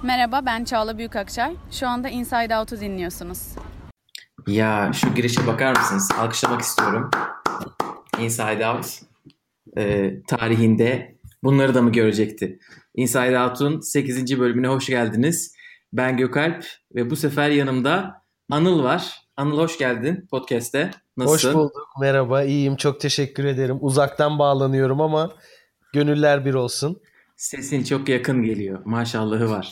Merhaba, ben Çağla Büyükakçay. Şu anda Inside Out'u dinliyorsunuz. Ya şu girişe bakar mısınız? Alkışlamak istiyorum. Inside Out tarihinde bunları da mı görecekti? Inside Out'un 8. bölümüne hoş geldiniz. Ben Gökalp ve bu sefer yanımda Anıl var. Anıl hoş geldin podcast'te. Hoş Nasılsın? bulduk. Merhaba. İyiyim. Çok teşekkür ederim. Uzaktan bağlanıyorum ama gönüller bir olsun. Sesin çok yakın geliyor. Maşallahı var.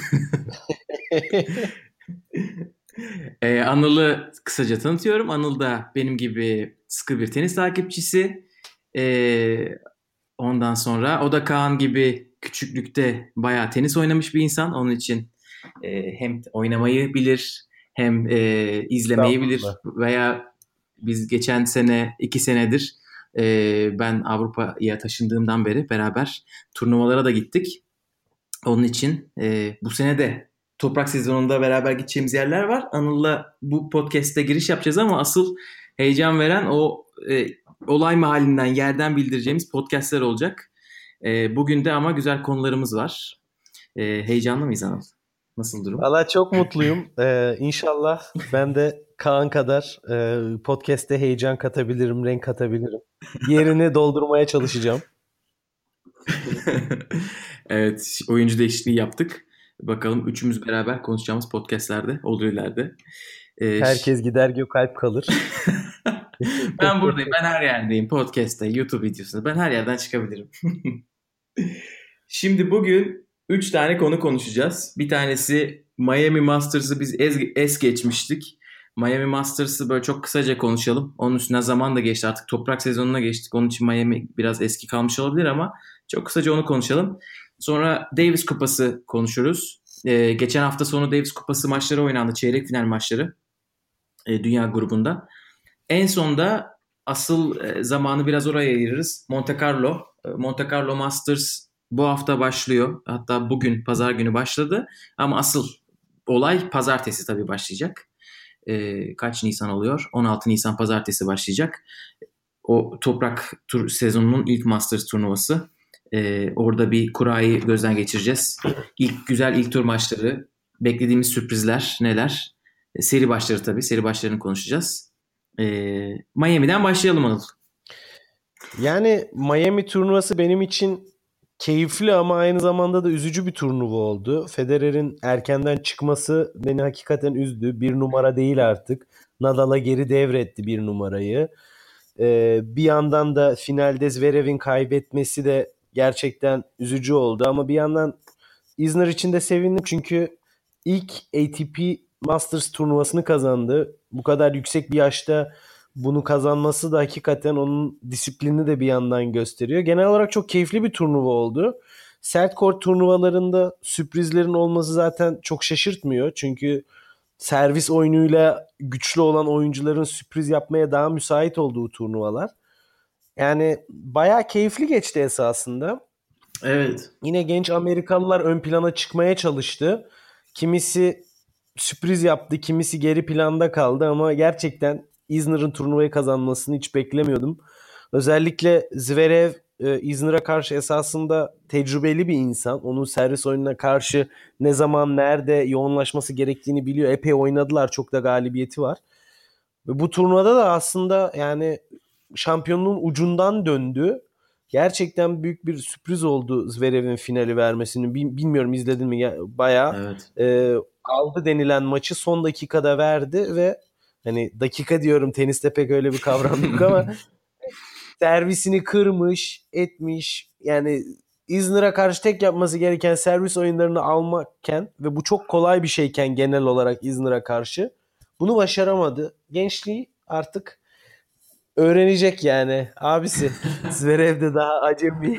Anıl'ı kısaca tanıtıyorum. Anıl da benim gibi sıkı bir tenis takipçisi. Ee, Ondan sonra o da Kaan gibi küçüklükte bayağı tenis oynamış bir insan. Onun için hem oynamayı bilir hem izlemeyi bilir. Estağfurullah. Veya biz geçen sene 2 senedir ben Avrupa'ya taşındığımdan beri beraber turnuvalara da gittik. Onun için bu sene de toprak sezonunda beraber gideceğimiz yerler var. Anıl'la bu podcast'te giriş yapacağız ama asıl heyecan veren o olay mahallinden yerden bildireceğimiz podcast'ler olacak. Bugün de ama güzel konularımız var. Heyecanlı mıyız Anıl? Nasıl durum? Valla çok mutluyum. İnşallah ben de Kaan kadar podcast'te heyecan katabilirim, renk katabilirim. Yerini doldurmaya çalışacağım. Evet, oyuncu değişikliği yaptık. Bakalım üçümüz beraber konuşacağımız podcast'lerde olur ileride. Ş- Herkes gider Gökalp kalır. Ben buradayım. Ben her yerdeyim. Podcast'te, YouTube videosunda. Ben her yerden çıkabilirim. Şimdi bugün 3 tane konu konuşacağız. Bir tanesi Miami Masters'ı biz es geçmiştik. Miami Masters'ı böyle çok kısaca konuşalım. Onun üstüne zaman da geçti. Artık toprak sezonuna geçtik. Onun için Miami biraz eski kalmış olabilir ama çok kısaca onu konuşalım. Sonra Davis Kupası konuşuruz. Geçen hafta sonu Davis Kupası maçları oynandı. Çeyrek final maçları. Dünya grubunda. En sonda asıl zamanı biraz oraya ayırırız. Monte Carlo. Monte Carlo Masters bu hafta başlıyor. Hatta bugün pazar günü başladı. Ama asıl olay pazartesi tabii başlayacak. Kaç Nisan oluyor? 16 Nisan pazartesi başlayacak. O toprak sezonunun ilk Masters turnuvası. Orada bir kurayı gözden geçireceğiz. İlk tur maçları, beklediğimiz sürprizler neler? Seri başları tabii. Seri başlarını konuşacağız. Miami'den başlayalım Anıl. Yani Miami turnuvası benim için keyifli ama aynı zamanda da üzücü bir turnuva oldu. Federer'in erkenden çıkması beni hakikaten üzdü. Bir numara değil artık. Nadal'a geri devretti bir numarayı. Bir yandan da finalde Zverev'in kaybetmesi de gerçekten üzücü oldu. Ama bir yandan Isner için de sevindim çünkü ilk ATP Masters turnuvasını kazandı. Bu kadar yüksek bir yaşta bunu kazanması da hakikaten onun disiplini de bir yandan gösteriyor. Genel olarak çok keyifli bir turnuva oldu. Sert kort turnuvalarında sürprizlerin olması zaten çok şaşırtmıyor. Çünkü servis oyunuyla güçlü olan oyuncuların sürpriz yapmaya daha müsait olduğu turnuvalar. Yani bayağı keyifli geçti esasında. Evet. Yine genç Amerikalılar ön plana çıkmaya çalıştı. Kimisi sürpriz yaptı, kimisi geri planda kaldı ama gerçekten Isner'ın turnuvayı kazanmasını hiç beklemiyordum. Özellikle Zverev Isner'a karşı esasında tecrübeli bir insan. Onun servis oyununa karşı ne zaman nerede yoğunlaşması gerektiğini biliyor. Epey oynadılar. Çok da galibiyeti var. Ve bu turnuvada da aslında yani şampiyonluğun ucundan döndü. Gerçekten büyük bir sürpriz oldu Zverev'in finali vermesini. Bilmiyorum izledin mi? Bayağı Evet. aldı denilen maçı son dakikada verdi ve hani dakika diyorum teniste pek öyle bir kavram yok ama servisini kırmış, etmiş. Yani Isner'a karşı tek yapması gereken servis oyunlarını almakken ve bu çok kolay bir şeyken genel olarak Isner'a karşı bunu başaramadı. Gençliği artık öğrenecek yani. Abisi Zverev de daha acemi.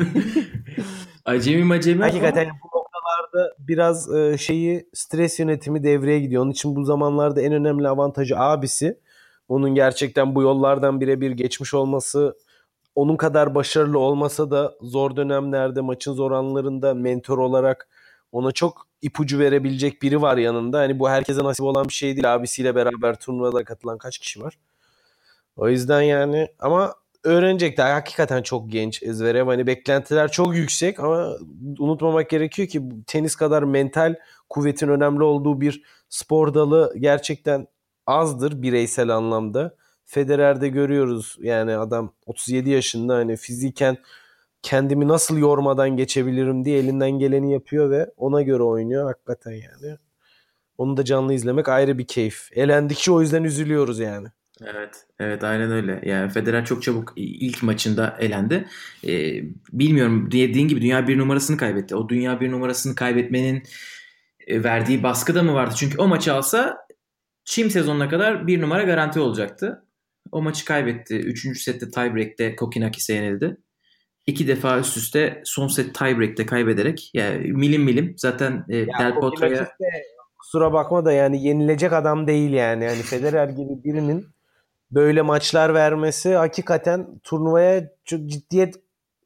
Acemi Hakikaten ama bu noktalarda biraz stres yönetimi devreye gidiyor. Onun için bu zamanlarda en önemli avantajı abisi. Onun gerçekten bu yollardan birebir geçmiş olması, onun kadar başarılı olmasa da zor dönemlerde, maçın zor anlarında mentor olarak ona çok ipucu verebilecek biri var yanında. Hani bu herkese nasip olan bir şey değil. Abisiyle beraber turnuvada katılan kaç kişi var? O yüzden yani ama öğrenecek. Daha hakikaten çok genç Zverev. Hani beklentiler çok yüksek ama unutmamak gerekiyor ki tenis kadar mental kuvvetin önemli olduğu bir spor dalı gerçekten azdır bireysel anlamda. Federer'de görüyoruz yani adam 37 yaşında hani fiziken kendimi nasıl yormadan geçebilirim diye elinden geleni yapıyor ve ona göre oynuyor hakikaten yani. Onu da canlı izlemek ayrı bir keyif. Elendikçe o yüzden üzülüyoruz yani. Evet, evet aynen öyle. Yani Federer çok çabuk ilk maçında elendi. Bilmiyorum dediğin gibi dünya bir numarasını kaybetti. O dünya bir numarasını kaybetmenin verdiği baskı da mı vardı? Çünkü o maçı alsa çim sezonuna kadar bir numara garanti olacaktı. O maçı kaybetti. Üçüncü sette tiebreak'te Kokinakis'e yenildi. İki defa üst üste son set tiebreak'te kaybederek yani milim milim zaten Ya Del Kokinakis Potro'ya de kusura bakma da yani yenilecek adam değil yani. Yani Federer gibi birinin böyle maçlar vermesi hakikaten turnuvaya çok ciddiyet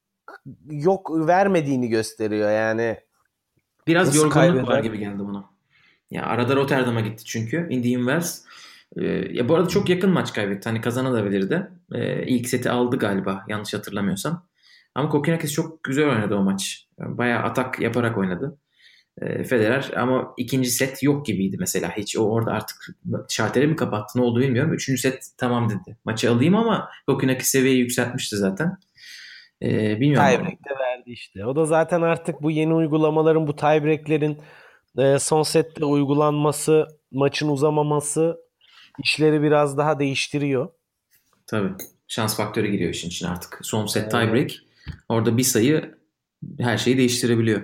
yok vermediğini gösteriyor yani. biraz Nasıl yorgunluk var kaybeder? gibi geldi bana. Ya arada Rotterdam'a gitti çünkü. Indian Wells. Ya bu arada çok yakın maç kaybetti. Hani kazanabilirdi. İlk seti aldı galiba yanlış hatırlamıyorsam. Ama Kokkinakis çok güzel oynadı o maç. Yani bayağı atak yaparak oynadı. Federer ama ikinci set yok gibiydi mesela. Hiç o orada artık şalteri mi kapattı ne oldu bilmiyorum. Üçüncü set tamam dedi. Maçı alayım ama Kokkinakis seviyeyi yükseltmişti zaten. Bilmiyorum ama. Tiebreak'te verdi işte. O da zaten artık bu yeni uygulamaların bu tiebreak'lerin son sette uygulanması, maçın uzamaması işleri biraz daha değiştiriyor. Tabii. Şans faktörü giriyor işin içine artık. Son set Aynen. tiebreak. Orada bir sayı her şeyi değiştirebiliyor.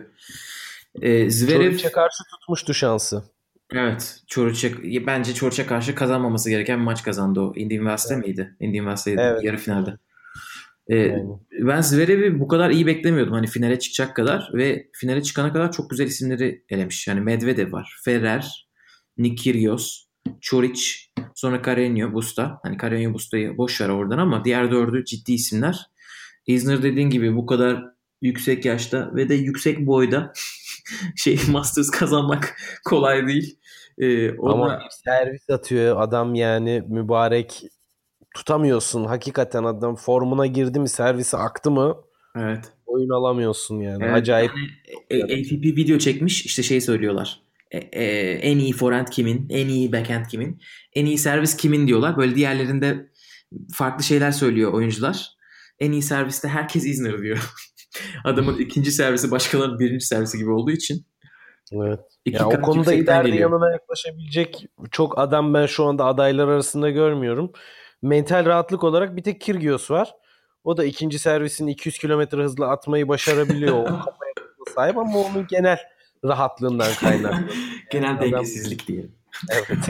Zverev Çoriç'e karşı tutmuştu şansı. evet bence Çoriç'e karşı kazanmaması gereken bir maç kazandı o. Indian Wells'te Evet. miydi? Indian Wells'teydi Evet. yarı finalde. Ee, Yani. Ben Zverev'i bu kadar iyi beklemiyordum. Hani finale çıkacak kadar ve finale çıkana kadar çok güzel isimleri elemiş. Yani Medvedev var. Ferrer, Nick Kyrgios, Çoric, sonra Carreño Busta. Hani Carreño Busta'yı boş ver oradan ama diğer dördü ciddi isimler. Isner dediğin gibi bu kadar yüksek yaşta ve de yüksek boyda Masters kazanmak kolay değil. O Ama da bir servis atıyor adam yani mübarek tutamıyorsun. Hakikaten adam formuna girdi mi servisi aktı mı evet. oyun alamıyorsun yani. Evet, bir Acayip tane çok yaratıcı. ATP video çekmiş. İşte şey söylüyorlar. En iyi forehand kimin? En iyi backhand kimin? En iyi servis kimin diyorlar. Böyle diğerlerinde farklı şeyler söylüyor oyuncular. En iyi serviste herkes Isner diyor. Adamın ikinci servisi başkalarının birinci servisi gibi olduğu için Evet. iki Ya o kat konuda yüksekten ileride geliyor. yanına yaklaşabilecek çok adam ben şu anda adaylar arasında görmüyorum. Mental rahatlık olarak bir tek Kyrgios var. O da ikinci servisini 200 kilometre hızla atmayı başarabiliyor. O kafaya sahip ama onun genel rahatlığından kaynaklı. Genel Adam dengesizlik diyelim. evet.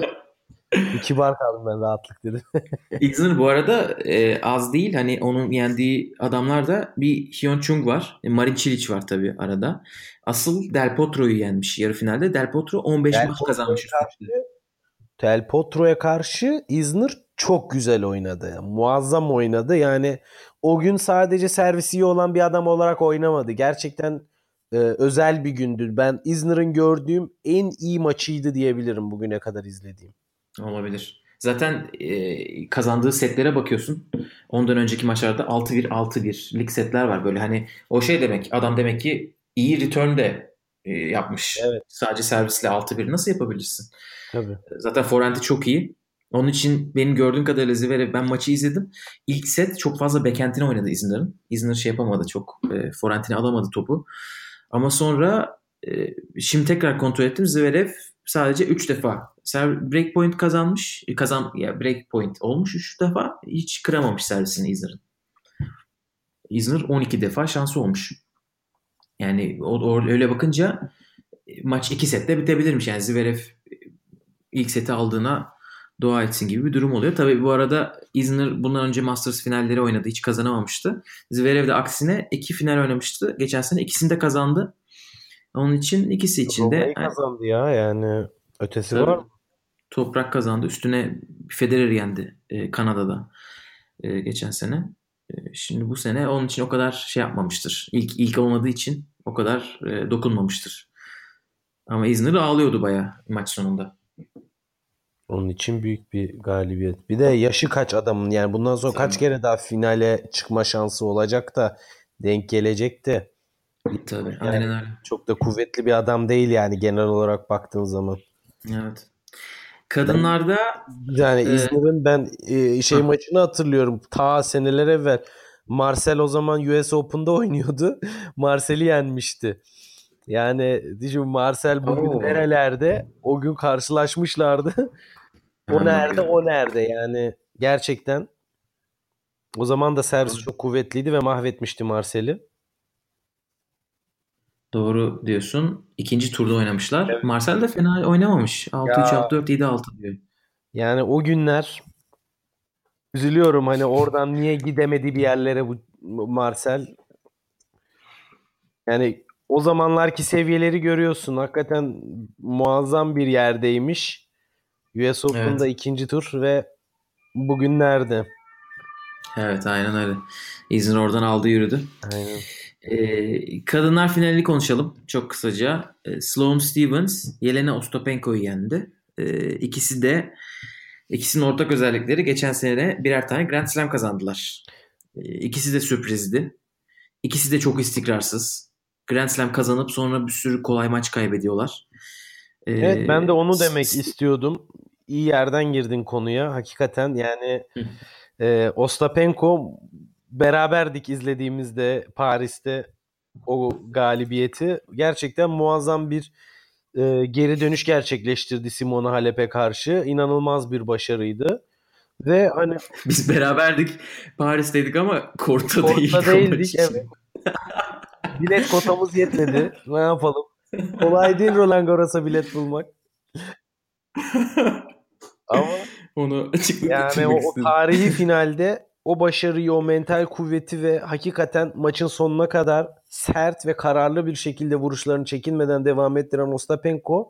Kibar kaldım ben rahatlık dedim. Isner bu arada az değil. Hani onun yendiği adamlar da bir Hyun Chung var. Marin Cilic var tabii arada. Asıl Del Potro'yu yenmiş yarı finalde. Del Potro 15 Del maç Potro'ya kazanmış üst üste. karşı Del Potro'ya karşı Isner çok güzel oynadı. Yani muazzam oynadı. Yani o gün sadece servisi iyi olan bir adam olarak oynamadı. Gerçekten özel bir gündü. Ben Isner'ın gördüğüm en iyi maçıydı diyebilirim bugüne kadar izlediğim. Olabilir. Zaten kazandığı setlere bakıyorsun. Ondan önceki maçlarda 6-1, 6-1'lik setler var. Böyle hani o şey demek. Adam demek ki iyi return de yapmış. Evet, Sadece servisle 6-1 nasıl yapabilirsin? tabii. Zaten forehand'i çok iyi. Onun için benim gördüğüm kadarıyla Zverev ben maçı izledim. İlk set çok fazla backhand'ini oynadı Isner'ın. Isner şey yapamadı çok. Forehand'ini alamadı topu. Ama sonra şimdi tekrar kontrol ettim. Zverev sadece 3 defa breakpoint kazanmış. Ya breakpoint olmuş 3 defa. Hiç kıramamış servisini Isner'ın. Isner 12 defa şansı olmuş. Yani öyle bakınca maç 2 sette bitebilirmiş. Yani Zverev ilk seti aldığına dua etsin gibi bir durum oluyor. Tabii bu arada Isner bundan önce Masters finalleri oynadı. Hiç kazanamamıştı. Zverev de aksine 2 final oynamıştı. Geçen sene ikisini de kazandı. Onun için ikisi için de Roma'yı kazandı ya yani ötesi var tabii mı? toprak kazandı. Üstüne Federer yendi Kanada'da geçen sene. Şimdi bu sene onun için o kadar şey yapmamıştır. İlk olmadığı için o kadar dokunmamıştır. Ama Isner ağlıyordu bayağı maç sonunda. Onun için büyük bir galibiyet. Bir de yaşı kaç adamın, yani bundan sonra kaç Tabii. kere daha finale çıkma şansı olacak da denk gelecek de. Tabii. Aynen Yani öyle. çok da kuvvetli bir adam değil yani genel olarak baktığın zaman. Evet. Ben Kadınlarda yani e, İzmir'in ben şey hah, maçını hatırlıyorum. Ta seneler evvel. Marcel o zaman US Open'da oynuyordu. Marcel'i yenmişti. Yani düşün, Marcel bugün Oo. nerelerde? O gün karşılaşmışlardı. O Ha, nerede? bak. O nerede? Yani gerçekten o zaman da servis Doğru. çok kuvvetliydi ve mahvetmişti Marcel'i. Doğru diyorsun. İkinci turda oynamışlar. Evet. Marcel de fena oynamamış. 6-3, Ya 6-4, 7-6 diyor. yani o günler üzülüyorum, hani oradan niye gidemedi bir yerlere bu Marcel. Yani o zamanlarki seviyeleri görüyorsun. Hakikaten muazzam bir yerdeymiş. US Open'da Evet. ikinci tur ve bugün nerede? Evet, aynen öyle. İzmir oradan aldı yürüdü. Aynen. Kadınlar finalini konuşalım çok kısaca. Sloane Stephens, Jelena Ostapenko'yu yendi. İkisinin ortak özellikleri geçen sene birer tane Grand Slam kazandılar. İkisi de sürprizdi. İkisi de çok istikrarsız. Grand Slam kazanıp sonra bir sürü kolay maç kaybediyorlar. Evet, Ee, ben de onu s- demek s- istiyordum. İyi yerden girdin konuya. Hakikaten yani Ostapenko, beraberdik izlediğimizde Paris'te o galibiyeti. Gerçekten muazzam bir geri dönüş gerçekleştirdi Simona Halep'e karşı. İnanılmaz bir başarıydı. Ve hani Biz beraberdik. Paris'teydik ama kortta kortta değildik o maç değildik. için. Evet. Bilet kotamız yetmedi. Ne yapalım? Kolay değil Roland Garros'a bilet bulmak. Ama Onu açıklık yani getirmek o istedim. tarihi finalde o başarıyı, o mental kuvveti ve hakikaten maçın sonuna kadar sert ve kararlı bir şekilde vuruşlarını çekinmeden devam ettiren Ostapenko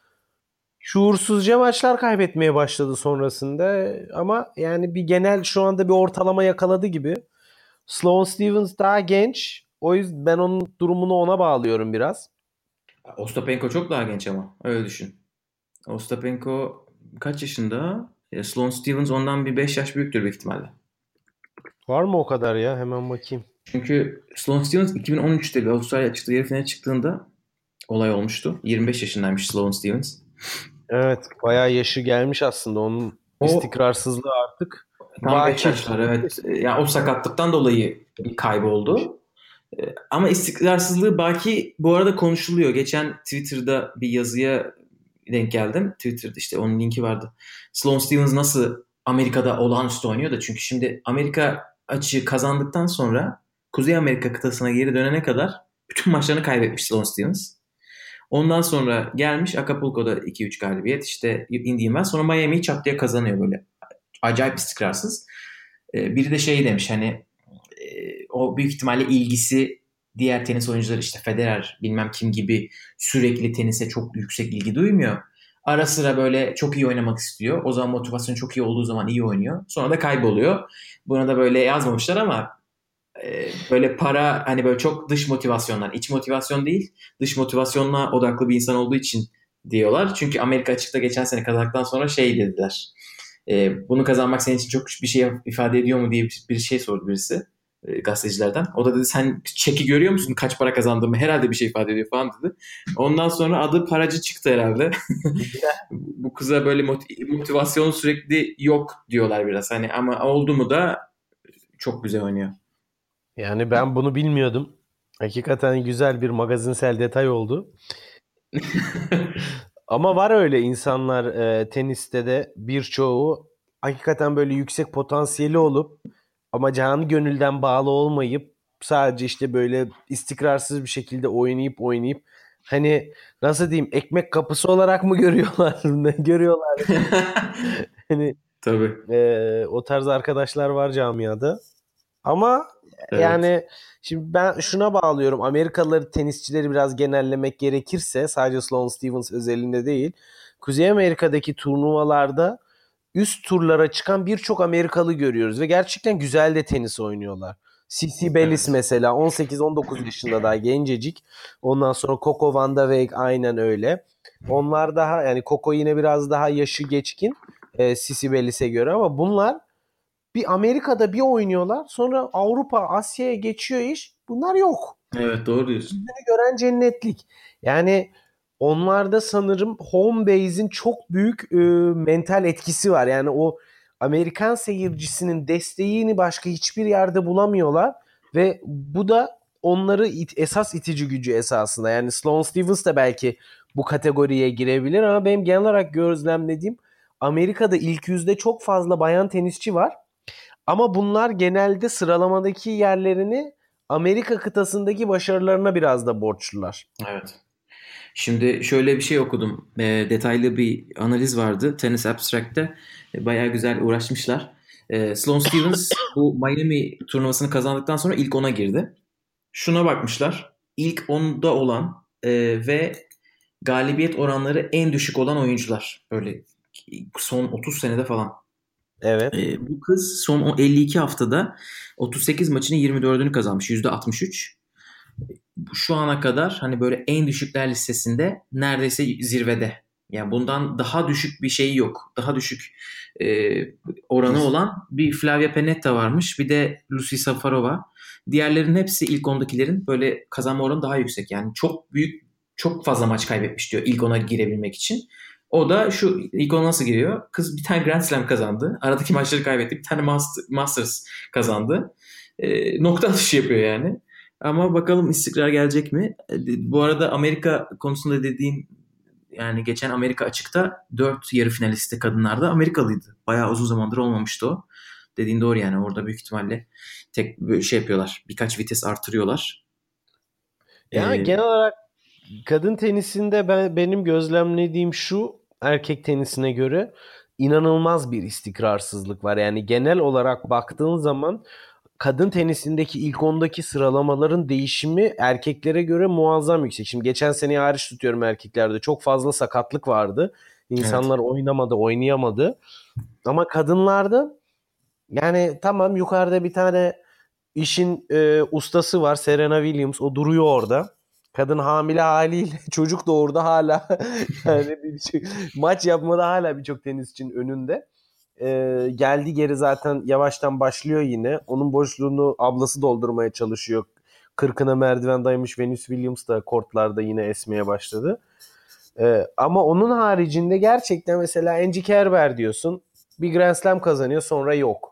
şuursuzca maçlar kaybetmeye başladı sonrasında. Ama yani bir genel şu anda bir ortalama yakaladı gibi. Sloane Stephens daha genç. O yüzden ben onun durumunu ona bağlıyorum biraz. Ostapenko çok daha genç ama. Öyle düşün. Ostapenko kaç yaşında? Sloane Stephens ondan bir 5 yaş büyüktür büyük ihtimalle. Var mı o kadar ya? Hemen bakayım. Çünkü Sloane Stephens 2013'te bir Avustralya açıkta yarı finale çıktığında olay olmuştu. 25 yaşındaymış Sloane Stephens. Evet, bayağı yaşı gelmiş aslında. Onun O istikrarsızlığı artık tam 5 baki. yaşlar, evet. Ya o sakatlıktan dolayı bir kayboldu. Ama istikrarsızlığı baki bu arada konuşuluyor. Geçen Twitter'da bir yazıya denk geldim. Twitter'da işte onun linki vardı. Sloane Stephens nasıl Amerika'da olağanüstü oynuyor da, çünkü şimdi Amerika açığı kazandıktan sonra Kuzey Amerika kıtasına geri dönene kadar bütün maçlarını kaybetmiş Sloane Stephens. Ondan sonra gelmiş Acapulco'da 2-3 galibiyet, işte Indian Wells, sonra Miami'yi çat diye kazanıyor böyle. Acayip istikrarsız. Biri de şey demiş, hani o büyük ihtimalle ilgisi diğer tenis oyuncuları, işte Federer bilmem kim gibi sürekli tenise çok yüksek ilgi duymuyor. Ara sıra böyle çok iyi oynamak istiyor. O zaman motivasyon çok iyi olduğu zaman iyi oynuyor. Sonra da kayboluyor. Buna da böyle yazmamışlar ama böyle para, hani böyle çok dış motivasyondan, iç motivasyon değil, dış motivasyonla odaklı bir insan olduğu için diyorlar. Çünkü Amerika açıkta geçen sene kazandıktan sonra şey dediler. Bunu kazanmak senin için çok bir şey ifade ediyor mu diye bir şey sordu birisi, gazetecilerden. O da dedi, sen çeki görüyor musun kaç para kazandığımı, herhalde bir şey ifade ediyor falan dedi. Ondan sonra adı paracı çıktı herhalde. Bu kıza böyle motivasyon sürekli yok diyorlar biraz. Hani ama oldu mu da çok güzel oynuyor. Yani ben bunu bilmiyordum. Hakikaten güzel bir magazinsel detay oldu. Ama var öyle insanlar, teniste de birçoğu hakikaten böyle yüksek potansiyeli olup ama canı gönülden bağlı olmayıp sadece işte böyle istikrarsız bir şekilde oynayıp hani nasıl diyeyim, ekmek kapısı olarak mı görüyorlar, ne görüyorlar? Hani Tabii. o tarz arkadaşlar var camiada. Ama Evet. yani şimdi ben şuna bağlıyorum. Amerikalıları, tenisçileri biraz genellemek gerekirse, sadece Sloane Stephens özelinde değil. Kuzey Amerika'daki turnuvalarda üst turlara çıkan birçok Amerikalı görüyoruz ve gerçekten güzel de tenis oynuyorlar. CC Bellis Evet. mesela 18-19 yaşında, daha gencecik. Ondan sonra Coco Vandeweghe aynen öyle. Onlar daha yani Coco yine biraz daha yaşı geçkin Sisi Bellis'e göre ama bunlar bir Amerika'da bir oynuyorlar. Sonra Avrupa, Asya'ya geçiyor iş. Bunlar yok. Evet, doğru diyorsun. Bizleri gören cennetlik. Yani onlarda sanırım home base'in çok büyük mental etkisi var. Yani o Amerikan seyircisinin desteğini başka hiçbir yerde bulamıyorlar ve bu da onları esas itici gücü esasında. Yani Sloane Stephens de belki bu kategoriye girebilir ama benim genel olarak gözlemlediğim Amerika'da ilk yüzde çok fazla bayan tenisçi var. Ama bunlar genelde sıralamadaki yerlerini Amerika kıtasındaki başarılarına biraz da borçlular. Evet. Şimdi şöyle bir şey okudum. Detaylı bir analiz vardı. Tennis Abstract'te. Bayağı güzel uğraşmışlar. Sloane Stephens bu Miami turnuvasını kazandıktan sonra ilk 10'a girdi. Şuna bakmışlar. İlk 10'da olan ve galibiyet oranları en düşük olan oyuncular. Böyle son 30 senede falan. Evet. Bu kız son 52 haftada 38 maçının 24'ünü kazanmış. %63. Şu ana kadar hani böyle en düşükler listesinde neredeyse zirvede. Yani bundan daha düşük bir şey yok. Daha düşük e, oranı olan bir Flavia Pennetta varmış. Bir de Lucy Safarova. Diğerlerinin hepsi ilk ondakilerin böyle kazanma oranı daha yüksek. Yani çok büyük, çok fazla maç kaybetmiş diyor ilk ona girebilmek için. O da şu ilk ona nasıl giriyor? Kız bir tane Grand Slam kazandı. Aradaki maçları kaybetti. Bir tane Masters kazandı. Nokta atışı yapıyor yani. Ama bakalım istikrar gelecek mi? Bu arada Amerika konusunda dediğin yani geçen Amerika açıkta 4 yarı finalisti kadınlarda Amerikalıydı. Bayağı uzun zamandır olmamıştı o. Dediğin doğru yani orada büyük ihtimalle tek böyle şey yapıyorlar. Birkaç vites artırıyorlar. Ya Ee, genel olarak kadın tenisinde benim gözlemlediğim şu erkek tenisine göre inanılmaz bir istikrarsızlık var. Yani genel olarak baktığın zaman kadın tenisindeki ilk ondaki sıralamaların değişimi erkeklere göre muazzam yüksek. Şimdi geçen seneyi hariç tutuyorum erkeklerde. Çok fazla sakatlık vardı. evet. İnsanlar oynamadı, oynayamadı. Ama kadınlarda yani tamam yukarıda bir tane işin ustası var Serena Williams. O duruyor orada. Kadın hamile haliyle çocuk doğurdu hala. Yani maç yapmada hala birçok tenisçinin önünde. Geldi geri zaten yavaştan başlıyor yine. Onun boşluğunu ablası doldurmaya çalışıyor. Kırkına merdiven dayamış Venus Williams da kortlarda yine esmeye başladı. Ama onun haricinde gerçekten mesela Angie Kerber diyorsun. Bir Grand Slam kazanıyor sonra yok.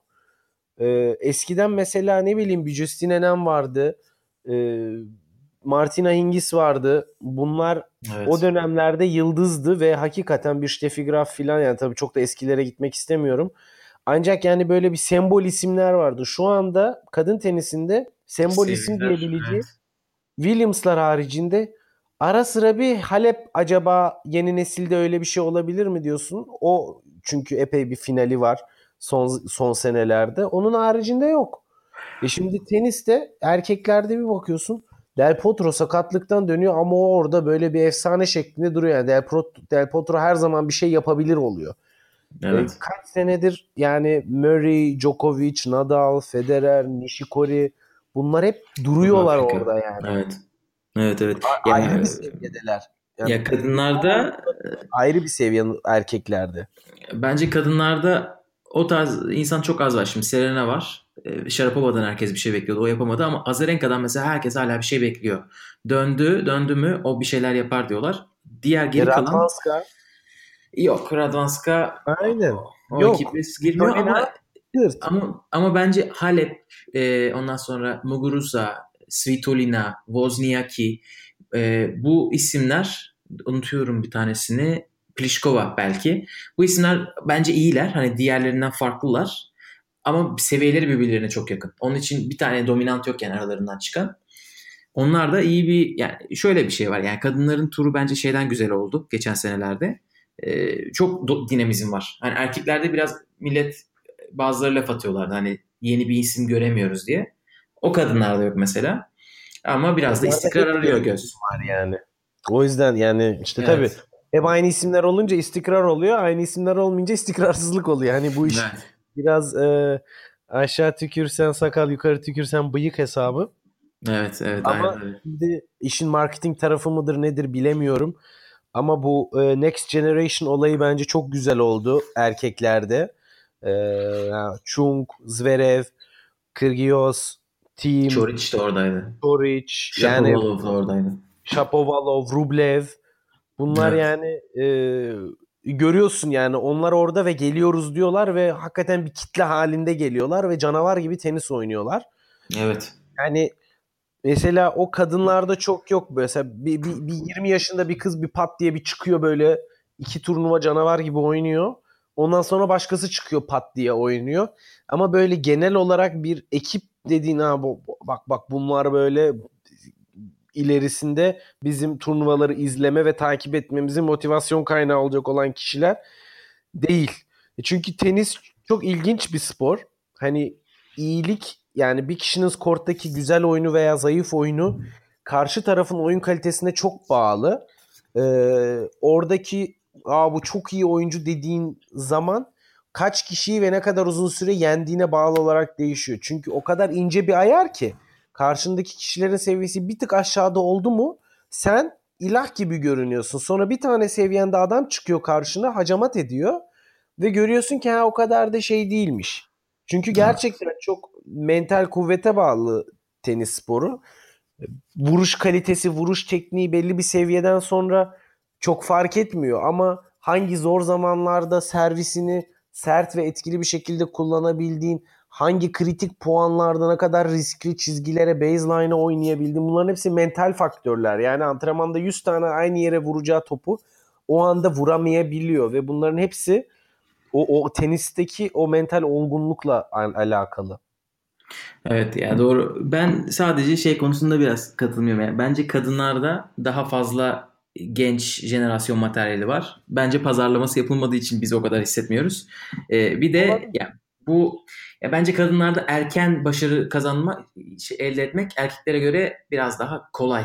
Eskiden mesela ne bileyim bir Justine Henin vardı. Ee, Martina Hingis vardı. Bunlar o Evet. dönemlerde yıldızdı ve hakikaten bir Steffi Graf filan yani tabii çok da eskilere gitmek istemiyorum. Ancak yani böyle bir sembol isimler vardı. Şu anda kadın tenisinde sembol isim Seviyeler. diyebileceği Evet. Williams'lar haricinde ara sıra bir Halep acaba yeni nesilde öyle bir şey olabilir mi diyorsun? O çünkü epey bir finali var son senelerde. Onun haricinde yok. Şimdi teniste erkeklerde bir bakıyorsun Del Potro sakatlıktan dönüyor ama o orada böyle bir efsane şeklinde duruyor. Yani Del Potro her zaman bir şey yapabilir oluyor. Evet. Kaç senedir yani Murray, Djokovic, Nadal, Federer, Nishikori bunlar hep South duruyorlar Africa. orada yani. Evet. Evet, evet. Ayrı Ya bir seviyedeler. Yani ya kadınlarda ayrı bir seviyenin erkeklerde. bence kadınlarda o tarz insan çok az var. Şimdi Serena var. Sharapova'dan herkes bir şey bekliyordu. O yapamadı ama Azarenka'dan mesela herkes hala bir şey bekliyor. Döndü mü o bir şeyler yapar diyorlar. Diğer geri kalan Radwanska yok. Radwanska aynen. o Yok. ekibe girmiyor Svitolina ama tırt. bence Halep ondan sonra Muguruza, Svitolina, Wozniacki bu isimler unutuyorum bir tanesini. Pliskova belki. Bu isimler bence iyiler. Hani diğerlerinden farklılar. Ama seviyeleri birbirlerine çok yakın. Onun için bir tane dominant yok yani aralarından çıkan. Onlar da iyi bir yani şöyle bir şey var. Yani kadınların turu bence şeyden güzel oldu geçen senelerde. Çok dinamizm var. Hani erkeklerde biraz millet bazıları laf atıyorlardı. Hani yeni bir isim göremiyoruz diye. O kadınlarda yok mesela. Ama biraz da Onlarda istikrar hep bir arıyor isim göz. var yani. O yüzden yani işte tabii Evet. hep aynı isimler olunca istikrar oluyor. Aynı isimler olmayınca istikrarsızlık oluyor. Hani bu iş Evet. biraz aşağı tükürsen sakal yukarı tükürsen bıyık hesabı. Evet, evet, Ama aynen öyle. şimdi işin marketing tarafı mıdır nedir bilemiyorum. Ama bu Next Generation olayı bence çok güzel oldu erkeklerde. Chung, Zverev, Kyrgios, Thiem, Çoric de oradaydı. Toric, yani Shapovalov da oradaydı. Shapovalov, Rublev. Bunlar Evet. yani görüyorsun yani onlar orada ve geliyoruz diyorlar ve hakikaten bir kitle halinde geliyorlar ve canavar gibi tenis oynuyorlar. Evet. Yani mesela o kadınlarda çok yok. Mesela bir 20 yaşında bir kız bir pat diye bir çıkıyor böyle 2 turnuva canavar gibi oynuyor. Ondan sonra başkası çıkıyor pat diye oynuyor. Ama böyle genel olarak bir ekip dediğin ha bak bunlar böyle ilerisinde bizim turnuvaları izleme ve takip etmemizin motivasyon kaynağı olacak olan kişiler değil. Çünkü tenis çok ilginç bir spor. Hani iyilik yani bir kişinin korttaki güzel oyunu veya zayıf oyunu karşı tarafın oyun kalitesine çok bağlı. Oradaki bu çok iyi oyuncu dediğin zaman kaç kişiyi ve ne kadar uzun süre yendiğine bağlı olarak değişiyor. Çünkü o kadar ince bir ayar ki karşındaki kişilerin seviyesi bir tık aşağıda oldu mu sen ilah gibi görünüyorsun. Sonra bir tane seviyende adam çıkıyor karşına hacamat ediyor ve görüyorsun ki o kadar da şey değilmiş. Çünkü Evet. gerçekten çok mental kuvvete bağlı tenis sporu. Vuruş kalitesi, vuruş tekniği belli bir seviyeden sonra çok fark etmiyor ama hangi zor zamanlarda servisini sert ve etkili bir şekilde kullanabildiğin, hangi kritik puanlarda ne kadar riskli çizgilere, baseline'a oynayabildiğin bunların hepsi mental faktörler. Yani antrenmanda 100 tane aynı yere vuracağı topu o anda vuramayabiliyor ve bunların hepsi o tenisteki o mental olgunlukla alakalı. Evet ya doğru. Ben sadece şey konusunda biraz katılmıyorum. Yani bence kadınlarda daha fazla genç jenerasyon materyali var. Bence pazarlaması yapılmadığı için biz o kadar hissetmiyoruz. Bir de Olabilir. ya bu bence kadınlarda erken başarı kazanma elde etmek erkeklere göre biraz daha kolay.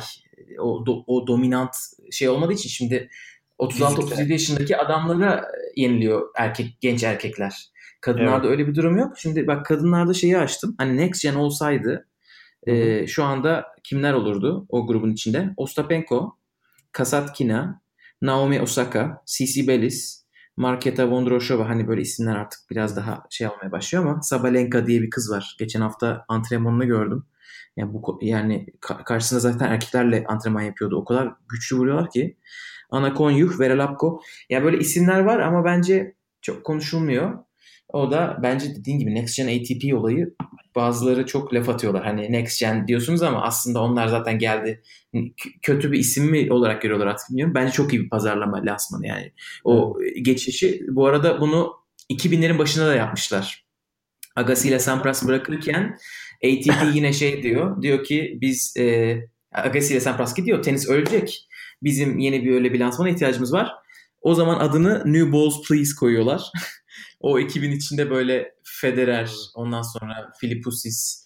O dominant şey olmadığı için şimdi Fiziksel. 36-37 yaşındaki adamlara yeniliyor genç erkekler. Evet. Kadınlarda öyle bir durum yok. Şimdi bak kadınlarda şeyi açtım. Hani Next Gen olsaydı Hı hı. şu anda kimler olurdu o grubun içinde? Ostapenko, Kasatkina, Naomi Osaka, Cici Bellis, Marketa Vondrousova. Hani böyle isimler artık biraz daha şey olmaya başlıyor ama Sabalenka diye bir kız var. Geçen hafta antrenmanını gördüm. Yani karşısında zaten erkeklerle antrenman yapıyordu. O kadar güçlü vuruyorlar ki. Ana Konyuh, Vera Lapko. Ya böyle isimler var ama bence çok konuşulmuyor. O da bence dediğin gibi Next Gen ATP olayı bazıları çok laf atıyorlar. Hani Next Gen diyorsunuz ama aslında onlar zaten geldi. Kötü bir isim mi olarak görüyorlar artık bilmiyorum. Bence çok iyi bir pazarlama lansmanı yani. Evet. O geçişi bu arada bunu 2000'lerin başında da yapmışlar. Agassi ile Sampras bırakırken ATP yine şey diyor. Diyor ki biz Agassi ile Sampras gidiyor. Tenis ölecek. Bizim yeni bir öyle bir lansmana ihtiyacımız var. O zaman adını New Balls Please koyuyorlar. O ekibin içinde böyle Federer, ondan sonra Philippoussis,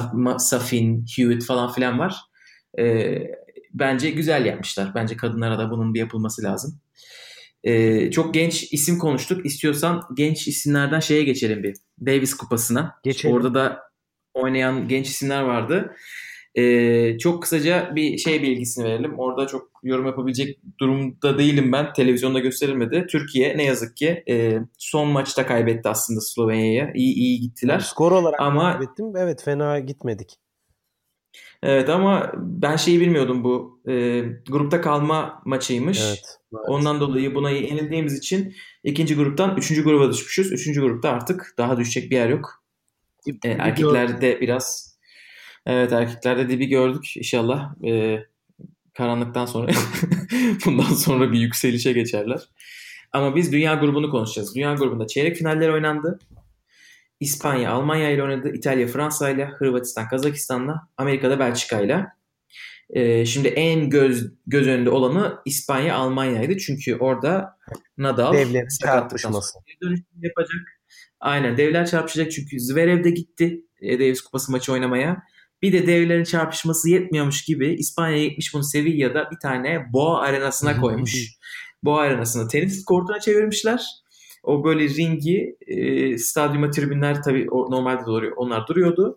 Safin, Hewitt falan filan var. E, Bence güzel yapmışlar. Bence kadınlara da bunun bir yapılması lazım. Çok genç isim konuştuk. İstiyorsan genç isimlerden şeye geçelim bir. Davis Kupası'na. Geçelim. Orada da oynayan genç isimler vardı. Çok kısaca bir şey bilgisini verelim. Orada çok yorum yapabilecek durumda değilim ben. Televizyonda gösterilmedi. Türkiye ne yazık ki son maçta kaybetti aslında Slovenya'ya. İyi iyi gittiler. Skor olarak Ama kaybettim. Evet fena gitmedik. evet ama ben şeyi bilmiyordum bu. Grupta kalma maçıymış. Evet. Maalesef. Ondan dolayı buna yenildiğimiz için ikinci gruptan üçüncü gruba düşmüşüz. Üçüncü grupta artık daha düşecek bir yer yok. Dibi gördük. Erkeklerde biraz evet erkeklerde dibi gördük. İnşallah karanlıktan sonra bundan sonra bir yükselişe geçerler. Ama biz dünya grubunu konuşacağız. Dünya grubunda çeyrek finaller oynandı. İspanya Almanya ile oynadı. İtalya Fransa ile, Hırvatistan Kazakistan'la, Amerika'da Belçika ile. Şimdi en göz önünde olanı İspanya Almanya'ydı. Çünkü orada Nadal Devlerin sakatlıktan sonra çarpışması. geri dönüşüm yapacak. Aynen devler çarpışacak çünkü Zverev de gitti Davis Kupası maçı oynamaya. Bir de devlerin çarpışması yetmiyormuş gibi İspanya'ya gitmiş bunu Sevilla'da bir tane boğa arenasına koymuş. Boğa arenasını tenis kortuna çevirmişler. O böyle ringi stadyuma tribünler tabii normalde duruyor. Onlar duruyordu.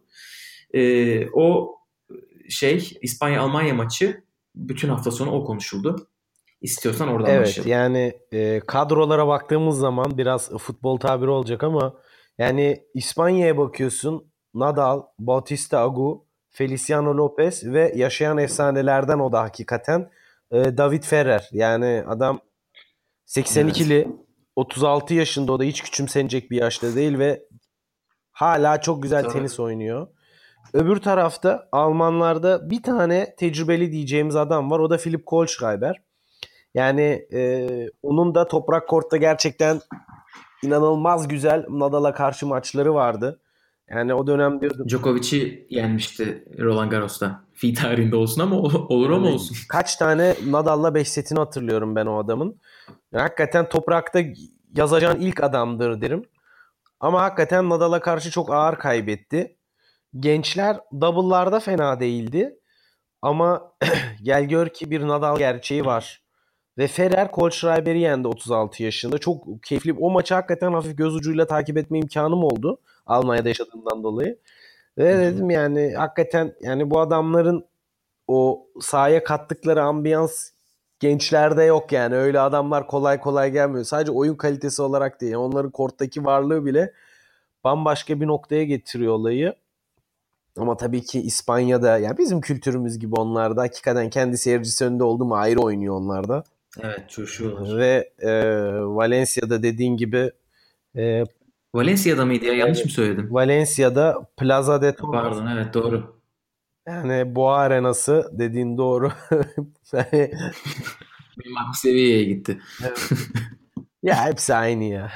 O İspanya-Almanya maçı bütün hafta sonu o konuşuldu. İstiyorsan oradan Evet, başlayalım. yani kadrolara baktığımız zaman biraz futbol tabiri olacak ama yani İspanya'ya bakıyorsun, Nadal, Bautista Agut, Feliciano Lopez ve yaşayan efsanelerden o da hakikaten David Ferrer. Yani adam Evet. 82'li, 36 yaşında, o da hiç küçümsenecek bir yaşta değil ve hala çok güzel Tabii. tenis oynuyor. Öbür tarafta Almanlarda bir tane tecrübeli diyeceğimiz adam var. O da Philipp Kohlschreiber. Yani onun da toprak kortta gerçekten inanılmaz güzel Nadal'a karşı maçları vardı. Yani o dönem diyordum Djokovic'i yenmişti Roland Garros'ta. Fi tarihinde olsun ama olur ama yani olsun. kaç tane Nadal'la 5 setini hatırlıyorum ben o adamın. Yani hakikaten toprakta yazacağın ilk adamdır derim. Ama hakikaten Nadal'a karşı çok ağır kaybetti. Gençler double'larda fena değildi. Ama gel gör ki bir Nadal gerçeği var. Ve Federer Kohlschreiber'i yendi 36 yaşında. Çok keyifli. O maçı hakikaten hafif göz ucuyla takip etme imkanım oldu. Almanya'da yaşadığımdan dolayı. Ve dedim yani hakikaten yani bu adamların o sahaya kattıkları ambiyans gençlerde yok yani. Öyle adamlar kolay kolay gelmiyor. Sadece oyun kalitesi olarak değil. Onların korttaki varlığı bile bambaşka bir noktaya getiriyor olayı. Ama tabii ki İspanya'da ya bizim kültürümüz gibi onlarda hakikaten kendi seyircisi önünde oldu mu ayrı oynuyor onlarda. Evet, coşuyorlar. Ve Valencia'da dediğin gibi e, Valencia'da mıydı ya? Yanlış evet, mı söyledim? Valencia'da Plaza de Toros Pardon, evet doğru. yani Boğa Arenası dediğin doğru. Yani, Benim aklım seviyeye gitti. evet. Ya hepsi aynı ya.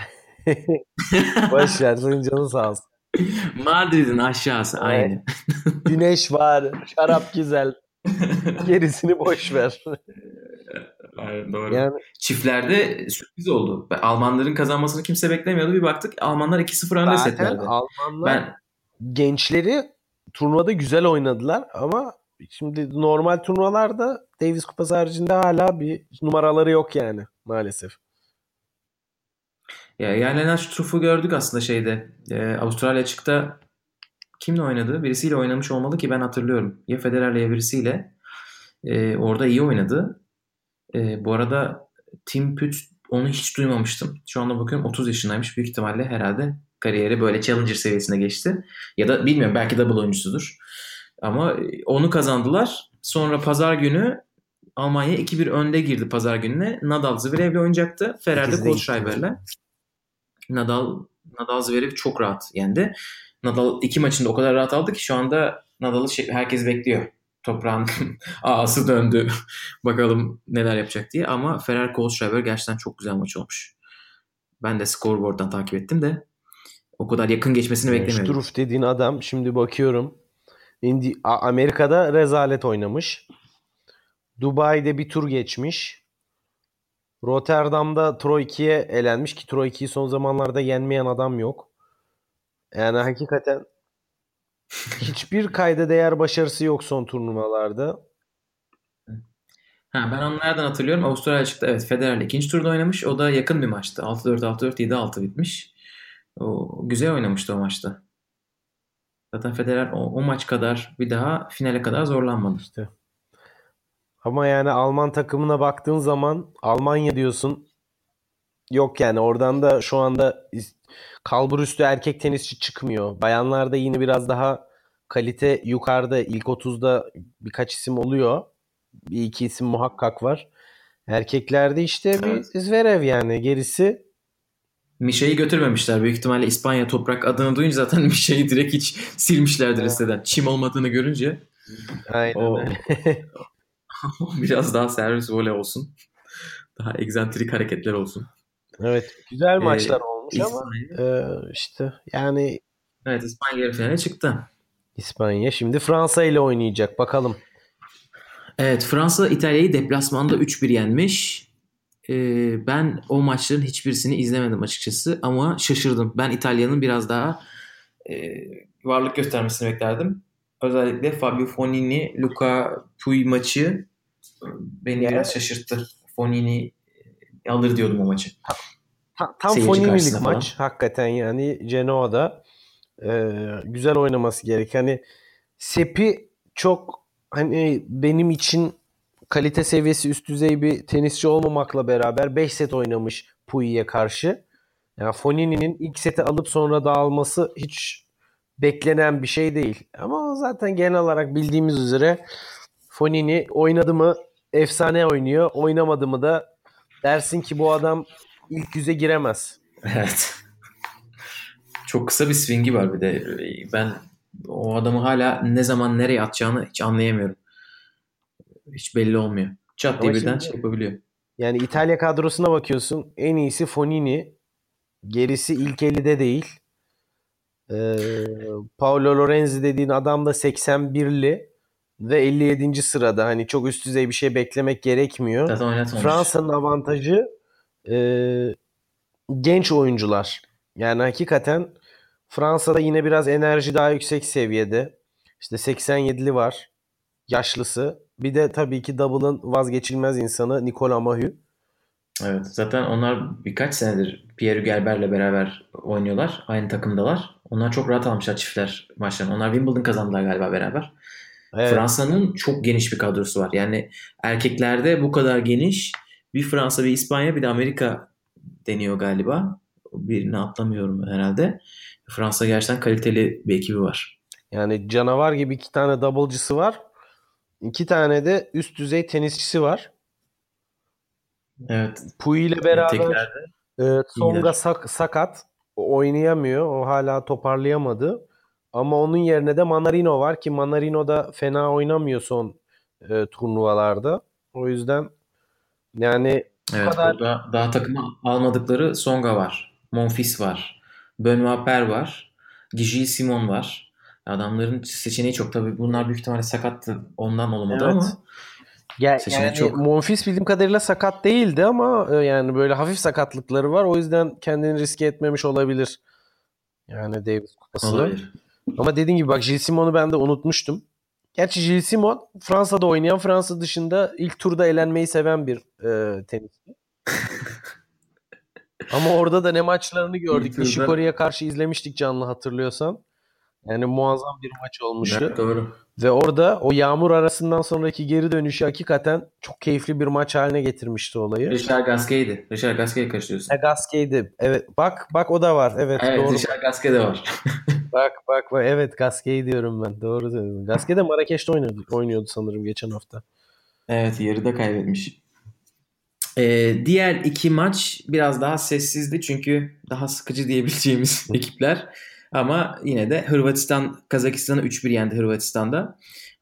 Boş ver senin canın sağ olsun. Madrid'in aşağısı Evet. aynı. Güneş var, şarap güzel. Gerisini boş ver. Aynen doğru. Yani Çiftlerde sürpriz oldu. Almanların kazanmasını kimse beklemiyordu. Bir baktık Almanlar 2-0 önde zaten setlerde. Almanlar Ben gençleri turnuvada güzel oynadılar ama şimdi normal turnuvalarda Davis Kupası haricinde hala bir numaraları yok yani maalesef. ya yerlenen şu Struff'u gördük aslında şeyde. Avustralya açıkta kimle oynadı? Birisiyle oynamış olmalı ki ben hatırlıyorum. Ya Federer'le ya birisiyle. Orada iyi oynadı. Bu arada Tim Pütz onu hiç duymamıştım. Şu anda bakıyorum 30 yaşındaymış. Büyük ihtimalle herhalde kariyeri böyle challenger seviyesine geçti. Ya da bilmiyorum belki double oyuncusudur. Ama onu kazandılar. Sonra pazar günü Almanya 2-1 önde girdi pazar gününe. Nadal Zverev'le oynayacaktı. Ferrer de İkisi de gittiler. Kohlschreiber'le. Nadal Nadal Zverev'i çok rahat yendi. Nadal iki maçında o kadar rahat aldı ki şu anda Nadal'ı herkes bekliyor. Toprağın ağası döndü. Bakalım neler yapacak diye. Ama Ferrer Kohlschreiber gerçekten çok güzel maç olmuş. Ben de scoreboard'dan takip ettim de o kadar yakın geçmesini beklemiyordum. Struff dediğin adam şimdi bakıyorum Amerika'da rezalet oynamış. Dubai'de bir tur geçmiş. Rotterdam'da Troike'ye elenmiş ki Troike'yi son zamanlarda yenmeyen adam yok. Yani hakikaten hiçbir kayda değer başarısı yok son turnuvalarda. Ha, ben onu nereden hatırlıyorum? Avustralya çıktı. Evet, Federer'le ikinci turda oynamış. O da yakın bir maçtı. 6-4, 6-4, 7-6 bitmiş. O, güzel oynamıştı o maçta. Zaten Federer o maç kadar bir daha finale kadar zorlanmadı. İşte. Ama yani Alman takımına baktığın zaman Almanya diyorsun. Yok yani oradan da şu anda kalburüstü erkek tenisçi çıkmıyor. Bayanlarda yine biraz daha kalite yukarıda. İlk 30'da birkaç isim oluyor. Bir iki isim muhakkak var. Erkeklerde işte bir Evet. Zverev yani. Gerisi Mişa'yı götürmemişler. Büyük ihtimalle İspanya toprak adını duyunca zaten Mişa'yı direkt hiç silmişlerdi listeden. Çim olmadığını görünce aynen o, öyle. o biraz daha servis voley olsun. Daha egzantrik hareketler olsun. Evet, güzel maçlar Ee, olmuş ama İspanya, işte yani evet İspanya yarı finale çıktı. İspanya şimdi Fransa ile oynayacak. Bakalım. Evet Fransa İtalya'yı deplasmanda 3-1 yenmiş. Ben o maçların hiçbirisini izlemedim açıkçası ama şaşırdım. Ben İtalya'nın biraz daha e, varlık göstermesini beklerdim. Özellikle Fabio Fognini, Luca Pui maçı beni Ya biraz şaşırttı. Fognini alır diyordum o maçı. tam Seyirci Fonini'lik karşısında maç falan. hakikaten yani Genoa'da güzel oynaması gerek. Hani Seppi çok hani benim için kalite seviyesi üst düzey bir tenisçi olmamakla beraber 5 set oynamış Puyi'ye karşı. Yani Fognini'nin ilk seti alıp sonra dağılması hiç beklenen bir şey değil. Ama zaten genel olarak bildiğimiz üzere Fognini oynadı mı efsane oynuyor. Oynamadı mı da dersin ki bu adam ilk yüze giremez. Evet. Çok kısa bir swing'i var bir de. Ben o adamı hala ne zaman nereye atacağını hiç anlayamıyorum. Hiç belli olmuyor. Çat diye Ama birden şimdi şey yapabiliyor. yani İtalya kadrosuna bakıyorsun. En iyisi Fognini. Gerisi ilk 50'de değil. Ee, Paolo Lorenzi dediğin adam da 81'li ve 57. sırada. Hani çok üst düzey bir şey beklemek gerekmiyor. Zaten oynatmamış. Fransa'nın avantajı e, genç oyuncular. Yani hakikaten Fransa'da yine biraz enerji daha yüksek seviyede. İşte 87'li var. Yaşlısı. Bir de tabii ki double'ın vazgeçilmez insanı Nicolas Mahut. Evet. Zaten onlar birkaç senedir Pierre Gerber'le beraber oynuyorlar. Aynı takımdalar. Onlar çok rahat almışlar çiftler maçlarını. Onlar Wimbledon kazandılar galiba beraber. Evet. Fransa'nın çok geniş bir kadrosu var. Yani erkeklerde bu kadar geniş bir Fransa, bir İspanya, bir de Amerika deniyor galiba. Birini atlamıyorum herhalde. Fransa gerçekten kaliteli bir ekibi var. Yani canavar gibi 2 tane double'cısı var. 2 tane de üst düzey tenisçisi var. Evet. Pui ile beraber Teklerde Tsonga iyiler. sakat. O oynayamıyor. O hala toparlayamadı. Ama onun yerine de Manarino var ki Manarino da fena oynamıyor son turnuvalarda. O yüzden yani bu Evet, kadar burada daha takıma almadıkları Songa var. Monfils var. Benoit Per var. Gigi Simon var. Adamların seçeneği çok. Tabii bunlar büyük ihtimalle sakattı. Ondan olamadı evet. ama seçeneği Yani çok. Monfils bildiğim kadarıyla sakat değildi ama yani böyle hafif sakatlıkları var. O yüzden kendini riske etmemiş olabilir. Yani Davis kupasını. Olabilir. Ama dediğim gibi bak Gilles Simon'u ben de unutmuştum. Gerçi Gilles Simon Fransa'da oynayan, Fransa dışında ilk turda elenmeyi seven bir tenisçi. Ama orada da ne maçlarını İlk gördük. turda. Nishikori'ye karşı izlemiştik canlı hatırlıyorsan. Yani muazzam bir maç olmuştu. Evet, doğru. Ve orada o yağmur arasından sonraki geri dönüşü hakikaten çok keyifli bir maç haline getirmişti olayı. Richard Gasquet'ydi. Richard Gasquet'i karıştırıyorsun. Gasquet'di. Evet bak o da var. Evet Evet, doğru. Richard Gasquet de var. Bak. Evet Gasquet diyorum ben. Doğru söylüyorsun. Gasquet de Marrakeş'te oynuyordu sanırım geçen hafta. Evet, yarıda kaybetmiş. Diğer iki maç biraz daha sessizdi çünkü daha sıkıcı diyebileceğimiz ekipler. Ama yine de Hırvatistan Kazakistan'ı 3-1 yendi Hırvatistan'da.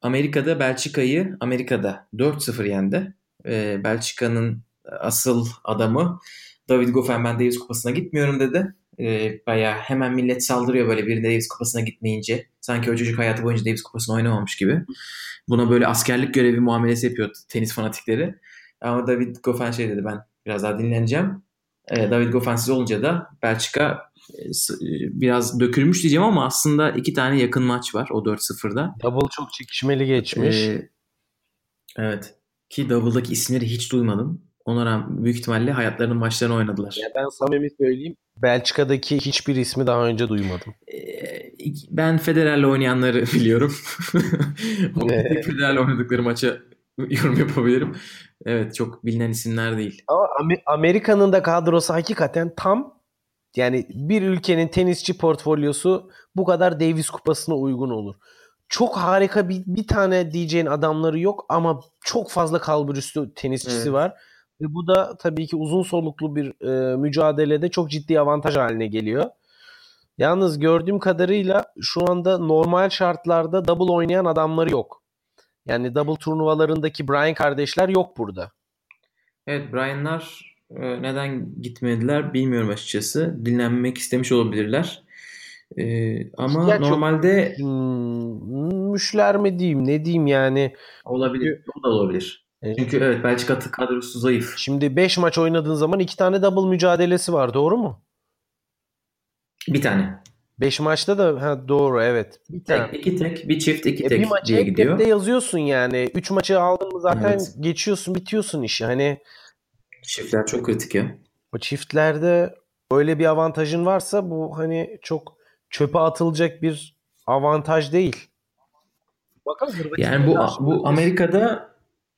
Amerika'da 4-0 yendi. Belçika'nın asıl adamı David Goffin ben Davis Kupası'na gitmiyorum dedi. Bayağı hemen millet saldırıyor böyle bir Davis Kupası'na gitmeyince. Sanki o çocuk hayatı boyunca Davis Kupası'nı oynamamış gibi. Buna böyle askerlik görevi muamelesi yapıyor tenis fanatikleri. Ama David Goffin şey dedi, ben biraz daha dinleneceğim. David Goffen'siz olunca da Belçika biraz dökülmüş diyeceğim ama aslında iki tane yakın maç var o 4-0'da. Double çok çekişmeli geçmiş. E, evet. Ki Double'daki isimleri hiç duymadım. Ona rağmen büyük ihtimalle hayatlarının maçlarını oynadılar. Ya ben samimi söyleyeyim. Belçika'daki hiçbir ismi daha önce duymadım. Ben Federer'le oynayanları biliyorum. Federer'le oynadıkları maça yorum yapabilirim. Evet, çok bilinen isimler değil. Ama Amerika'nın da kadrosu hakikaten tam, yani bir ülkenin tenisçi portfolyosu bu kadar Davis Kupası'na uygun olur. Çok harika bir tane diyeceğin adamları yok ama çok fazla kalburüstü tenisçisi Evet. var. Ve bu da tabii ki uzun soluklu bir mücadelede çok ciddi avantaj haline geliyor. Yalnız gördüğüm kadarıyla şu anda normal şartlarda double oynayan adamları yok. Yani double turnuvalarındaki Bryan kardeşler yok burada. Evet, Brian'lar neden gitmediler bilmiyorum açıkçası. Dinlenmek istemiş olabilirler. Ama İhtiyaç yok. normalde Müşler mi diyeyim ne diyeyim yani. olabilir. Çünkü, O da olabilir. Çünkü evet, Belçika kadrosu zayıf. şimdi 5 maç oynadığın zaman 2 tane double mücadelesi var, doğru mu? Bir tane. 5 maçta da doğru, evet. Bir tane. Tek, iki tek, bir çift, iki Bir tek maçı diye hep cepte gidiyor. yazıyorsun yani. 3 maçı aldın mı zaten Evet. geçiyorsun bitiyorsun işi. Hani Çiftler çok kritik ya. o çiftlerde öyle bir avantajın varsa bu hani çok çöpe atılacak bir avantaj değil. Bakalım Yani Hırvatistan'a bu karşı bu göreceğiz. Amerika'da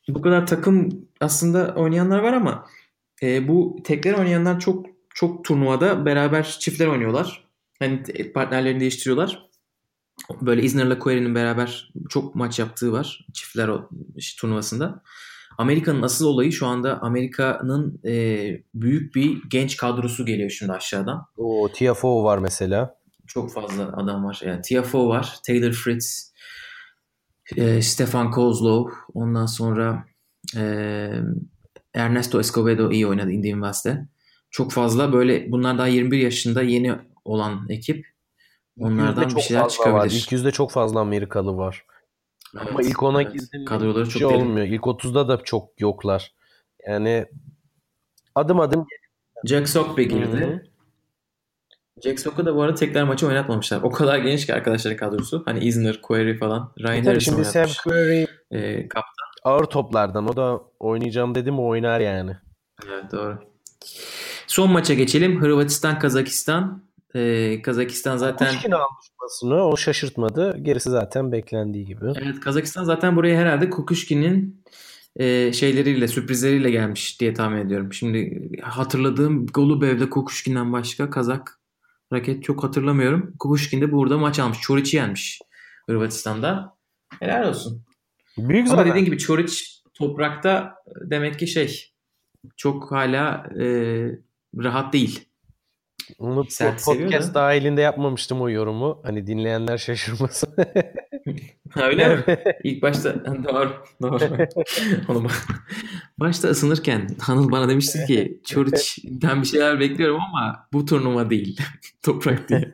bu kadar takım aslında oynayanlar var ama bu tekler oynayanlar çok çok turnuvada beraber çiftler oynuyorlar. Hani partnerlerini değiştiriyorlar. Böyle Isner'la Querrey'nin beraber çok maç yaptığı var çiftler turnuvasında. Amerika'nın asıl olayı şu anda Amerika'nın büyük bir genç kadrosu geliyor şimdi aşağıdan. O Tiafoe var mesela. Çok fazla adam var. Yani Tiafoe var, Taylor Fritz, Stefan Kozlov, ondan sonra e, Ernesto Escobedo iyi oynadı Indian West'te. Çok fazla böyle bunlar daha 21 yaşında yeni olan ekip. İlk yüzde Onlardan bir çok şeyler fazla var. İlk çıkabilir. yüzde çok fazla Amerikalı var. Ama Evet, ilk 10'a evet. girdin mi Kadroları hiçbir şey çok derin. olmuyor. İlk 30'da da çok yoklar. Yani adım adım. Jack Sock bir Hı hı. girdi. Jack Sock'u da bu arada tekrar maçı oynatmamışlar. O kadar geniş ki arkadaşların kadrosu. Hani Isner, Querrey falan. Ryan Tabii Harrison şimdi Steph oynatmış. Curry Kaptan. ağır toplardan. O da oynayacağım dedi mi oynar yani. Evet, doğru. Son maça geçelim. Hırvatistan, Kazakistan. Kazakistan zaten Kukuşkin almışmasını o şaşırtmadı. Gerisi zaten beklendiği gibi. evet, Kazakistan zaten buraya herhalde Kukuşkin'in şeyleriyle, sürprizleriyle gelmiş diye tahmin ediyorum. Şimdi hatırladığım Golubev'le Kukuşkin'den başka Kazak raket çok hatırlamıyorum. Kukuşkin de burada maç almış. Çoriç'i yenmiş Hırvatistan'da. Helal olsun. Büyük Ama zafer. dediğin gibi Çoriç toprakta demek ki çok hala rahat değil. Onu Serti seviyor podcast da. dahilinde yapmamıştım o yorumu. Hani dinleyenler şaşırmasın. Ha, öyle mi? Evet. İlk başta doğru, doğru. Onu başta ısınırken Hanıl bana demişti ki Çoriç'ten bir şeyler bekliyorum ama bu turnuva değil. Toprak diye.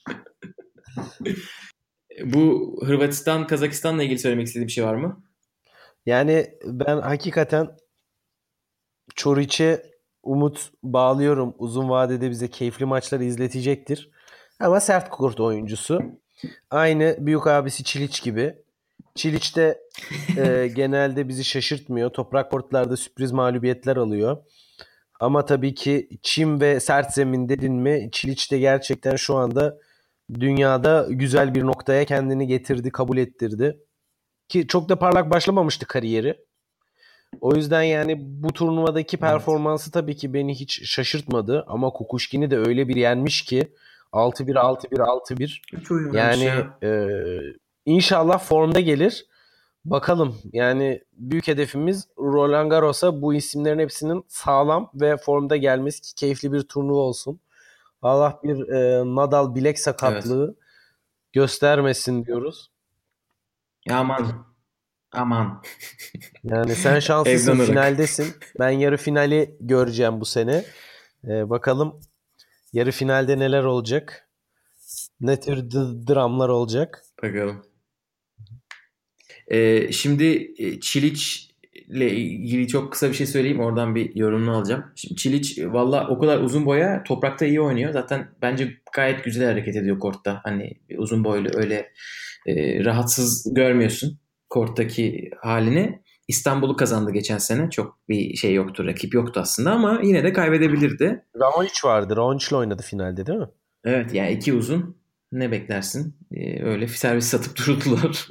Bu Hırvatistan, Kazakistan'la ilgili söylemek istediğim bir şey var mı? Yani ben hakikaten Çoriç'e umut bağlıyorum. Uzun vadede bize keyifli maçlar izletecektir. Ama sert kurt oyuncusu. Aynı büyük abisi Çiliç gibi. Çiliç de genelde bizi şaşırtmıyor. Toprak kortlarda sürpriz mağlubiyetler alıyor. Ama tabii ki çim ve sert zemin dedin mi Çiliç de gerçekten şu anda dünyada güzel bir noktaya kendini getirdi, kabul ettirdi. Ki çok da parlak başlamamıştı kariyeri. O yüzden yani bu turnuvadaki Evet. performansı tabii ki beni hiç şaşırtmadı. Ama Kukuşkin'i de öyle bir yenmiş ki 6-1, 6-1, 6-1. 3 oyun vermiş Yani ya. inşallah formda gelir. Bakalım yani büyük hedefimiz Roland Garros'a bu isimlerin hepsinin sağlam ve formda gelmesi ki keyifli bir turnuva olsun. Allah bir Nadal bilek Evet. sakatlığı göstermesin diyoruz. Ya aman. Aman. Yani sen şanslısın, Evden Irak. finaldesin. Ben yarı finali göreceğim bu sene. Bakalım yarı finalde neler olacak? Ne tür dramlar olacak? Bakalım. Şimdi Çiliç ile ilgili çok kısa bir şey söyleyeyim. Oradan bir yorumunu alacağım. Şimdi Çiliç valla o kadar uzun boya toprakta iyi oynuyor. Zaten bence gayet güzel hareket ediyor kortta. Hani uzun boylu öyle rahatsız görmüyorsun korttaki halini. İstanbul'u kazandı geçen sene. Çok bir şey yoktu, rakip yoktu aslında ama yine de kaybedebilirdi. Raonic vardı. Raonic'le oynadı finalde değil mi? Evet yani iki uzun ne beklersin? Öyle servis satıp durdular.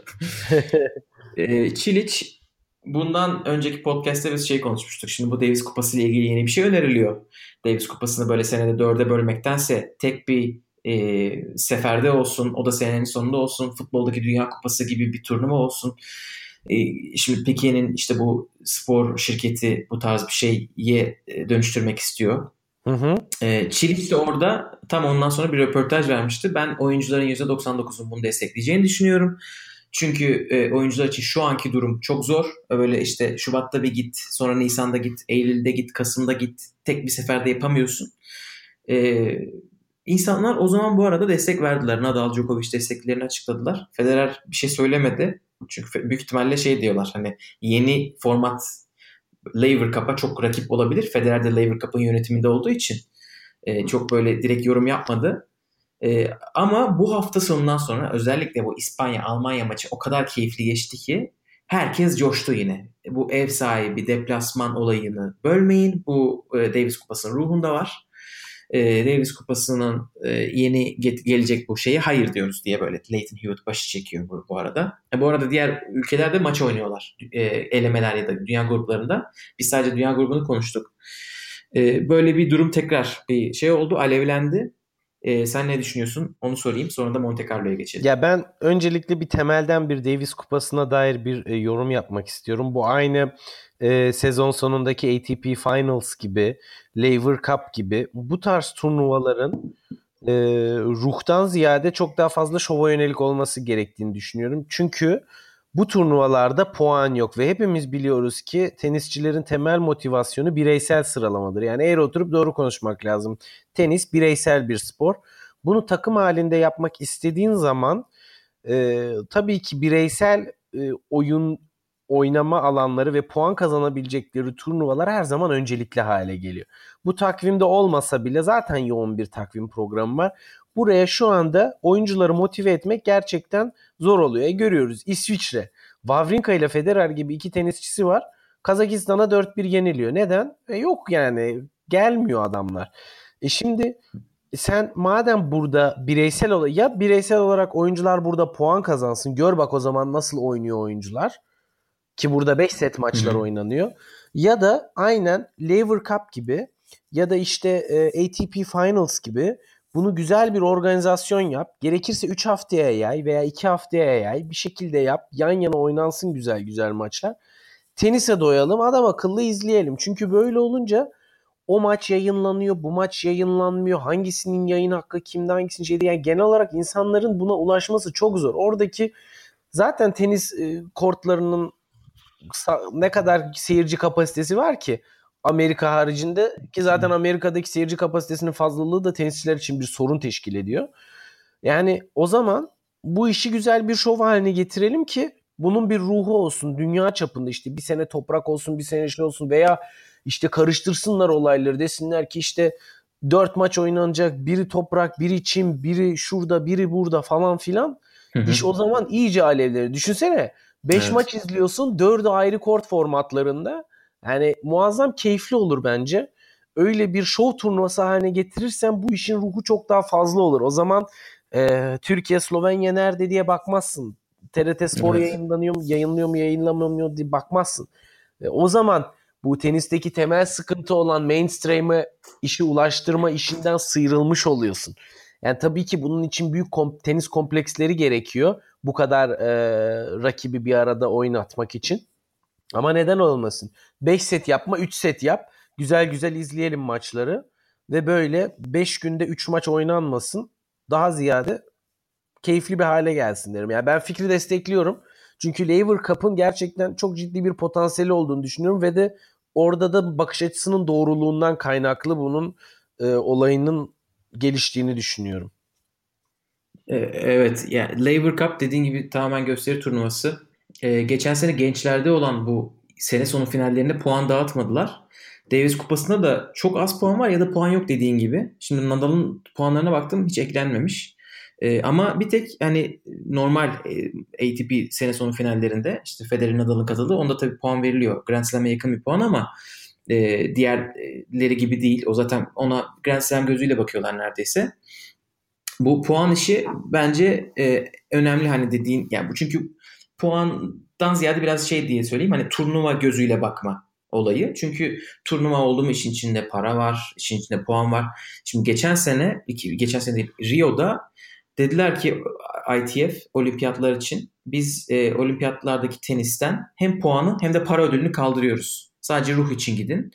Çiliç bundan önceki podcast'te biz konuşmuştuk. Şimdi bu Davis Kupası ile ilgili yeni bir şey öneriliyor. Davis Kupası'nı böyle senede dörde bölmektense tek bir seferde olsun. O da senenin sonunda olsun. Futboldaki Dünya Kupası gibi bir turnuva olsun. Şimdi Piquet'in işte bu spor şirketi bu tarz bir şeye dönüştürmek istiyor. Hı hı. Çiliç de orada tam ondan sonra bir röportaj vermişti. Ben oyuncuların %99'un bunu destekleyeceğini düşünüyorum. Çünkü oyuncular için şu anki durum çok zor. Böyle işte Şubat'ta bir git, sonra Nisan'da git, Eylül'de git, Kasım'da git. Tek bir seferde yapamıyorsun. E, insanlar o zaman bu arada destek verdiler. Nadal, Djokovic desteklerini açıkladılar. Federer bir şey söylemedi. Çünkü büyük ihtimalle diyorlar hani yeni format Laver Cup'a çok rakip olabilir. Federer de Laver Cup'ın yönetiminde olduğu için çok böyle direkt yorum yapmadı. Ama bu hafta sonundan sonra özellikle bu İspanya-Almanya maçı o kadar keyifli geçti ki herkes coştu yine. Bu ev sahibi deplasman olayını bölmeyin. Bu Davis Kupası'nın ruhunda var. Davis Kupası'nın yeni gelecek bu şeye hayır diyoruz diye böyle Lleyton Hewitt başı çekiyor bu arada. Bu arada diğer ülkelerde maç oynuyorlar. Elemeler ya da dünya gruplarında. Biz sadece dünya grubunu konuştuk. Böyle bir durum tekrar bir şey oldu, alevlendi. Sen ne düşünüyorsun? Onu sorayım. Sonra da Monte Carlo'ya geçelim. Ya ben öncelikle bir temelden bir Davis Kupası'na dair bir yorum yapmak istiyorum. Bu aynı sezon sonundaki ATP Finals gibi, Laver Cup gibi bu tarz turnuvaların ruhtan ziyade çok daha fazla şova yönelik olması gerektiğini düşünüyorum. Çünkü bu turnuvalarda puan yok ve hepimiz biliyoruz ki tenisçilerin temel motivasyonu bireysel sıralamadır. Yani eğer oturup doğru konuşmak lazım. Tenis bireysel bir spor. Bunu takım halinde yapmak istediğin zaman tabii ki bireysel oyun oynama alanları ve puan kazanabilecekleri turnuvalar her zaman öncelikli hale geliyor. Bu takvimde olmasa bile zaten yoğun bir takvim programı var. Buraya şu anda oyuncuları motive etmek gerçekten zor oluyor. Görüyoruz İsviçre. Wawrinka ile Federer gibi iki tenisçisi var. Kazakistan'a 4-1 yeniliyor. Neden? Yok yani. Gelmiyor adamlar. Şimdi sen madem burada bireysel olarak oyuncular burada puan kazansın. Gör bak o zaman nasıl oynuyor oyuncular. Ki burada 5 set maçlar oynanıyor. Ya da aynen Laver Cup gibi ya da işte ATP Finals gibi bunu güzel bir organizasyon yap. Gerekirse 3 haftaya yay veya 2 haftaya yay. Bir şekilde yap. Yan yana oynansın güzel güzel maçlar. Tenise doyalım. Adam akıllı izleyelim. Çünkü böyle olunca o maç yayınlanıyor, bu maç yayınlanmıyor. Hangisinin yayın hakkı kimde hangisinin şeydi. Yani genel olarak insanların buna ulaşması çok zor. Oradaki zaten tenis kortlarının ne kadar seyirci kapasitesi var ki Amerika haricinde, ki zaten Amerika'daki seyirci kapasitesinin fazlalığı da tenisçiler için bir sorun teşkil ediyor. Yani o zaman bu işi güzel bir şov haline getirelim ki bunun bir ruhu olsun. Dünya çapında işte bir sene toprak olsun, bir sene şey olsun veya işte karıştırsınlar olayları, desinler ki işte 4 maç oynanacak, biri toprak, biri çim, biri şurada, biri burada falan filan. İş o zaman iyice alevleri. Düşünsene 5 Evet. maç izliyorsun, 4'ü ayrı kort formatlarında. Yani muazzam keyifli olur bence. Öyle bir show turnuvası haline getirirsen bu işin ruhu çok daha fazla olur. O zaman Türkiye, Slovenya nerede diye bakmazsın. TRT Spor Evet. yayınlıyor mu yayınlamıyor mu diye bakmazsın. O zaman bu tenisteki temel sıkıntı olan mainstream'e işi ulaştırma işinden sıyrılmış oluyorsun. Yani tabii ki bunun için büyük tenis kompleksleri gerekiyor. Bu kadar rakibi bir arada oynatmak için. Ama neden olmasın? 5 set yapma, 3 set yap. Güzel güzel izleyelim maçları. Ve böyle 5 günde 3 maç oynanmasın. Daha ziyade keyifli bir hale gelsin derim. Yani ben fikri destekliyorum. Çünkü Laver Cup'ın gerçekten çok ciddi bir potansiyeli olduğunu düşünüyorum ve de orada da bakış açısının doğruluğundan kaynaklı bunun olayının geliştiğini düşünüyorum. Evet, yani Laver Cup dediğin gibi tamamen gösteri turnuvası. Geçen sene gençlerde olan bu sene sonu finallerinde puan dağıtmadılar. Davis Kupası'nda da çok az puan var ya da puan yok dediğin gibi. Şimdi Nadal'ın puanlarına baktım, hiç eklenmemiş. Ama bir tek hani normal ATP sene sonu finallerinde işte Federer, Nadal'ın katıldığı, onda tabii puan veriliyor. Grand Slam'e yakın bir puan ama diğerleri gibi değil. O zaten ona Grand Slam gözüyle bakıyorlar neredeyse. Bu puan işi bence önemli, hani dediğin, yani bu çünkü puandan ziyade biraz şey diye söyleyeyim, hani turnuva gözüyle bakma olayı. Çünkü turnuva oldu mu işin içinde para var, işin içinde puan var. Şimdi geçen sene değil, Rio'da dediler ki ITF olimpiyatlar için biz olimpiyatlardaki tenisten hem puanı hem de para ödülünü kaldırıyoruz. Sadece ruh için gidin.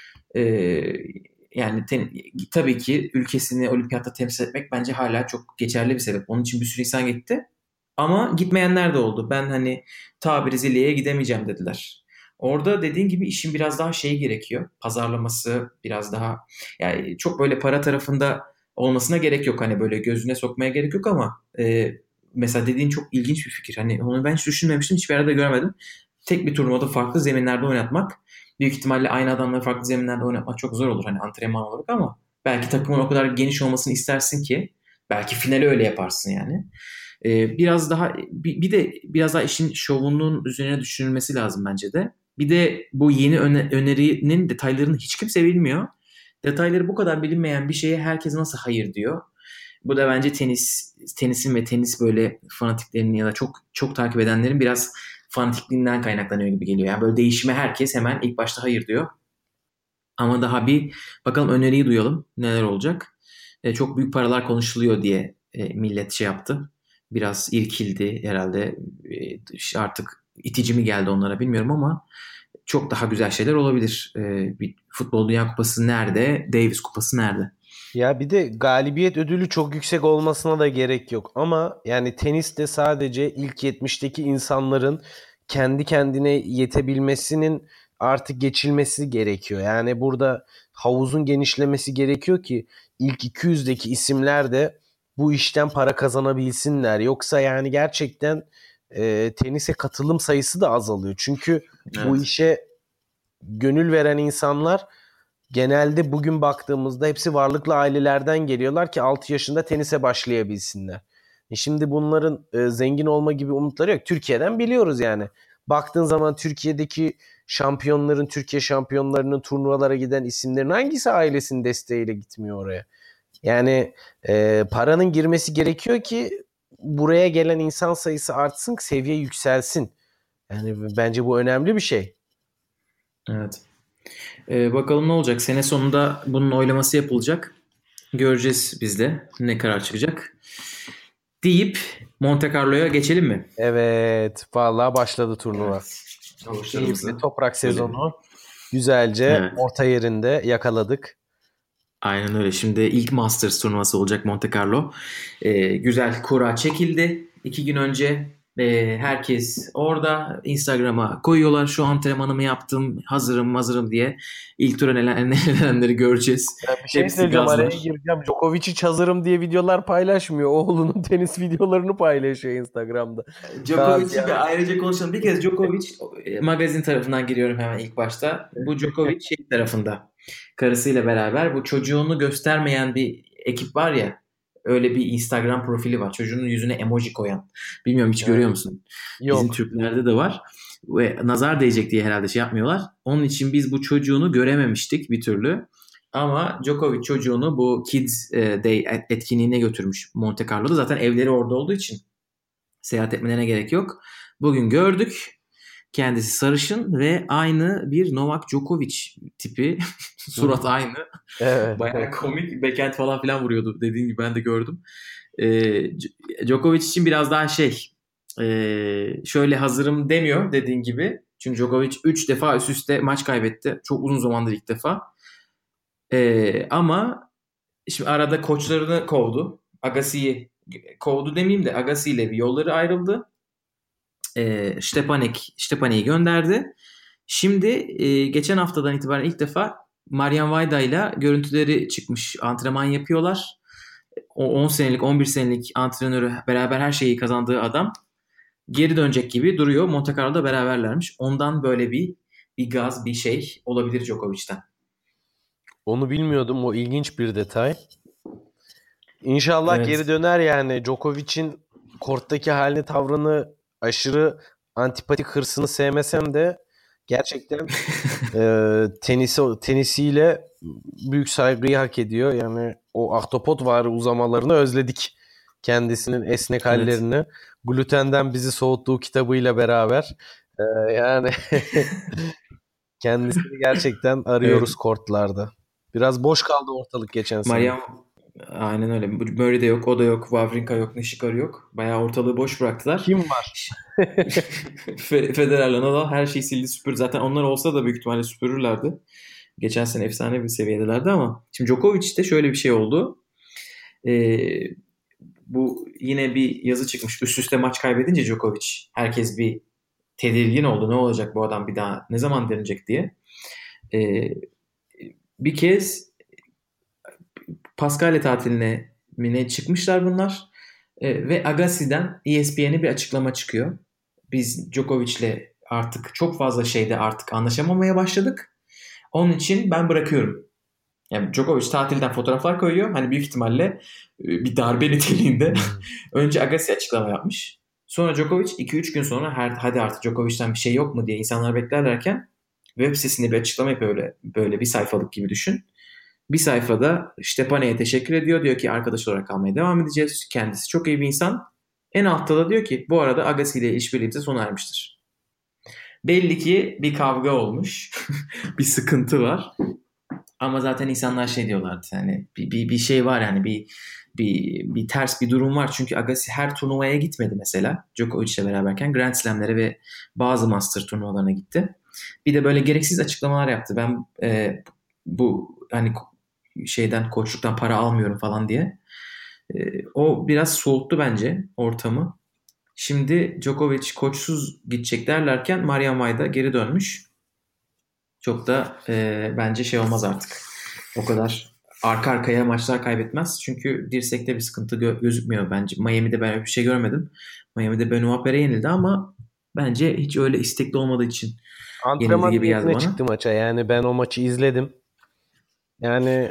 Yani tabii ki ülkesini olimpiyatta temsil etmek bence hala çok geçerli bir sebep. Onun için bir sürü insan gitti. Ama gitmeyenler de oldu. Ben hani ta Brezilya'ya gidemeyeceğim dediler. Orada dediğin gibi işin biraz daha şeyi gerekiyor. Pazarlaması biraz daha, yani çok böyle para tarafında olmasına gerek yok. Hani böyle gözüne sokmaya gerek yok ama mesela dediğin çok ilginç bir fikir. Hani onu ben hiç düşünmemiştim. Hiçbir yerde görmedim. Tek bir turnuvada farklı zeminlerde oynatmak. Büyük ihtimalle aynı adamları farklı zeminlerde oynatmak çok zor olur hani antrenman olarak, ama belki takımın o kadar geniş olmasını istersin ki belki finali öyle yaparsın yani. Biraz daha bir de biraz daha işin şovunun üzerine düşünülmesi lazım bence de. Bir de bu yeni önerinin detaylarını hiç kimse bilmiyor. detayları bu kadar bilinmeyen bir şeye herkes nasıl hayır diyor. Bu da bence tenisin ve tenis böyle fanatiklerinin ya da çok çok takip edenlerin biraz fanatikliğinden kaynaklanıyor gibi geliyor. Yani böyle değişime herkes hemen ilk başta hayır diyor. Ama daha bir bakalım, öneriyi duyalım. Neler olacak? Çok büyük paralar konuşuluyor diye millet şey yaptı. Biraz irkildi herhalde. Artık itici mi geldi onlara bilmiyorum ama çok daha güzel şeyler olabilir. Bir Futbol Dünya Kupası nerede? Davis Kupası nerede? Ya bir de galibiyet ödülü çok yüksek olmasına da gerek yok. Ama yani teniste sadece ilk 70'teki insanların kendi kendine yetebilmesinin artık geçilmesi gerekiyor. Yani burada havuzun genişlemesi gerekiyor ki ilk 200'deki isimler de bu işten para kazanabilsinler. Yoksa yani gerçekten tenise katılım sayısı da azalıyor. Çünkü bu Evet. işe gönül veren insanlar genelde bugün baktığımızda hepsi varlıklı ailelerden geliyorlar ki 6 yaşında tenise başlayabilsinler. Şimdi bunların zengin olma gibi umutları yok. Türkiye'den biliyoruz yani. Baktığın zaman Türkiye'deki şampiyonların, Türkiye şampiyonlarının turnuvalara giden isimlerin hangisi ailesinin desteğiyle gitmiyor oraya? Yani paranın girmesi gerekiyor ki buraya gelen insan sayısı artsın, seviye yükselsin. Yani bence bu önemli bir şey. Evet. Bakalım ne olacak? Sene sonunda bunun oylaması yapılacak. Göreceğiz biz de ne karar çıkacak. Deyip Monte Carlo'ya geçelim mi? Evet, vallahi başladı turnuva. Evet. Keyifli Avuçlarımızı toprak şöyle bir. sezonu güzelce Evet. orta yerinde yakaladık. Aynen öyle. Şimdi ilk Masters turnuvası olacak Monte Carlo. Güzel kura çekildi. 2 gün önce herkes orada Instagram'a koyuyorlar. Şu antrenmanımı yaptım, hazırım diye. İlk tura nelerleri göreceğiz. Ya bir şey Hepsi söyleyeceğim, araya gazlar. gireceğim. Djokovic hiç hazırım diye videolar paylaşmıyor. Oğlunun tenis videolarını paylaşıyor Instagram'da. Djokovic'i bir ayrıca konuşalım. Bir kez Djokovic magazin tarafından giriyorum hemen ilk başta. Bu Djokovic şey tarafında. Karısıyla beraber bu çocuğunu göstermeyen bir ekip var ya. Öyle bir Instagram profili var. Çocuğunun yüzüne emoji koyan. Bilmiyorum, hiç görüyor musun? Bizim Yok. Türklerde de var. Ve nazar değecek diye herhalde şey yapmıyorlar. Onun için biz bu çocuğunu görememiştik bir türlü. Ama Djokovic çocuğunu bu Kids Day etkinliğine götürmüş Monte Carlo'da. Zaten evleri orada olduğu için seyahat etmelerine gerek yok. Bugün gördük. Kendisi sarışın ve aynı bir Novak Djokovic tipi. Surat aynı. Evet. Bayağı komik. Backhand falan filan vuruyordu. Dediğim gibi ben de gördüm. Djokovic için biraz daha şöyle hazırım demiyor dediğin gibi. Çünkü Djokovic 3 defa üst üste maç kaybetti. Çok uzun zamandır ilk defa. Ama şimdi arada koçlarını kovdu. Agassi'yi kovdu demeyeyim de Agassi ile bir yolları ayrıldı. Stepanik'i gönderdi. Şimdi geçen haftadan itibaren ilk defa Marian Vajda ile görüntüleri çıkmış. Antrenman yapıyorlar. O 10 senelik 11 senelik antrenörü, beraber her şeyi kazandığı adam geri dönecek gibi duruyor. Monte Carlo'da beraberlermiş. Ondan böyle bir gaz, bir şey olabilir Djokovic'ten. Onu bilmiyordum. O ilginç bir detay. İnşallah geri Evet. döner yani. Djokovic'in korttaki halini, tavrını, aşırı antipatik hırsını sevmesem de gerçekten tenisiyle büyük saygıyı hak ediyor. Yani o ahtapot var uzamalarını özledik. Kendisinin esnek Evet. hallerini. Glutenden bizi soğuttuğu kitabıyla beraber. Yani kendisini gerçekten Evet. arıyoruz kortlarda. Biraz boş kaldı ortalık geçen sene. Mariam aynen öyle. Murray de yok, o da yok, Wawrinka yok, Nishikori yok. Bayağı ortalığı boş bıraktılar. Kim var? Federer'le Nadal her şeyi sildi, süpürdü. Zaten onlar olsa da büyük ihtimalle süpürürlerdi. Geçen sene efsane bir seviyedelerdi ama şimdi Djokovic'te şöyle bir şey oldu. Ee, Bu yine bir yazı çıkmış. Üst üste maç kaybedince Djokovic, herkes bir tedirgin oldu. Ne olacak bu adam, bir daha ne zaman dönecek diye. Ee, Bir kez Paskalya tatiline mi ne çıkmışlar bunlar. Ve Agassi'den ESPN'e bir açıklama çıkıyor. Biz Djokovic'le artık çok fazla şeyde artık anlaşamamaya başladık. Onun için ben bırakıyorum. Yani Djokovic tatilden fotoğraflar koyuyor. Hani büyük ihtimalle bir darbe niteliğinde. Önce Agassi açıklama yapmış. Sonra Djokovic 2-3 gün sonra hadi artık Djokovic'ten bir şey yok mu diye insanlar beklerlerken web sitesinde bir açıklama yapıyor, böyle bir sayfalık gibi düşün. Bir sayfada Stepane'ye teşekkür ediyor. Diyor ki arkadaş olarak kalmaya devam edeceğiz. Kendisi çok iyi bir insan. En altta da diyor ki bu arada Agassi ile işbirliğimize sona ermiştir. Belli ki bir kavga olmuş. Bir sıkıntı var. Ama zaten insanlar şey diyorlardı, hani bir şey var yani, bir ters bir durum var. Çünkü Agassi her turnuvaya gitmedi mesela. Djokovic'le beraberken Grand Slam'lere ve bazı Master turnuvalarına gitti. Bir de böyle gereksiz açıklamalar yaptı. Ben bu hani şeyden, koçluktan para almıyorum falan diye. O biraz soğuttu bence ortamı. Şimdi Djokovic koçsuz gidecek derlerken Marian Vajda geri dönmüş. Çok da bence şey olmaz artık. O kadar arka arkaya maçlar kaybetmez. Çünkü dirsekte bir sıkıntı gözükmüyor bence. Miami'de ben öyle bir şey görmedim. Miami'de Benoit Paire yenildi ama bence hiç öyle istekli olmadığı için yenildi Antrenman gibi geldi niyetine bana. çıktı maça. Yani ben o maçı izledim. Yani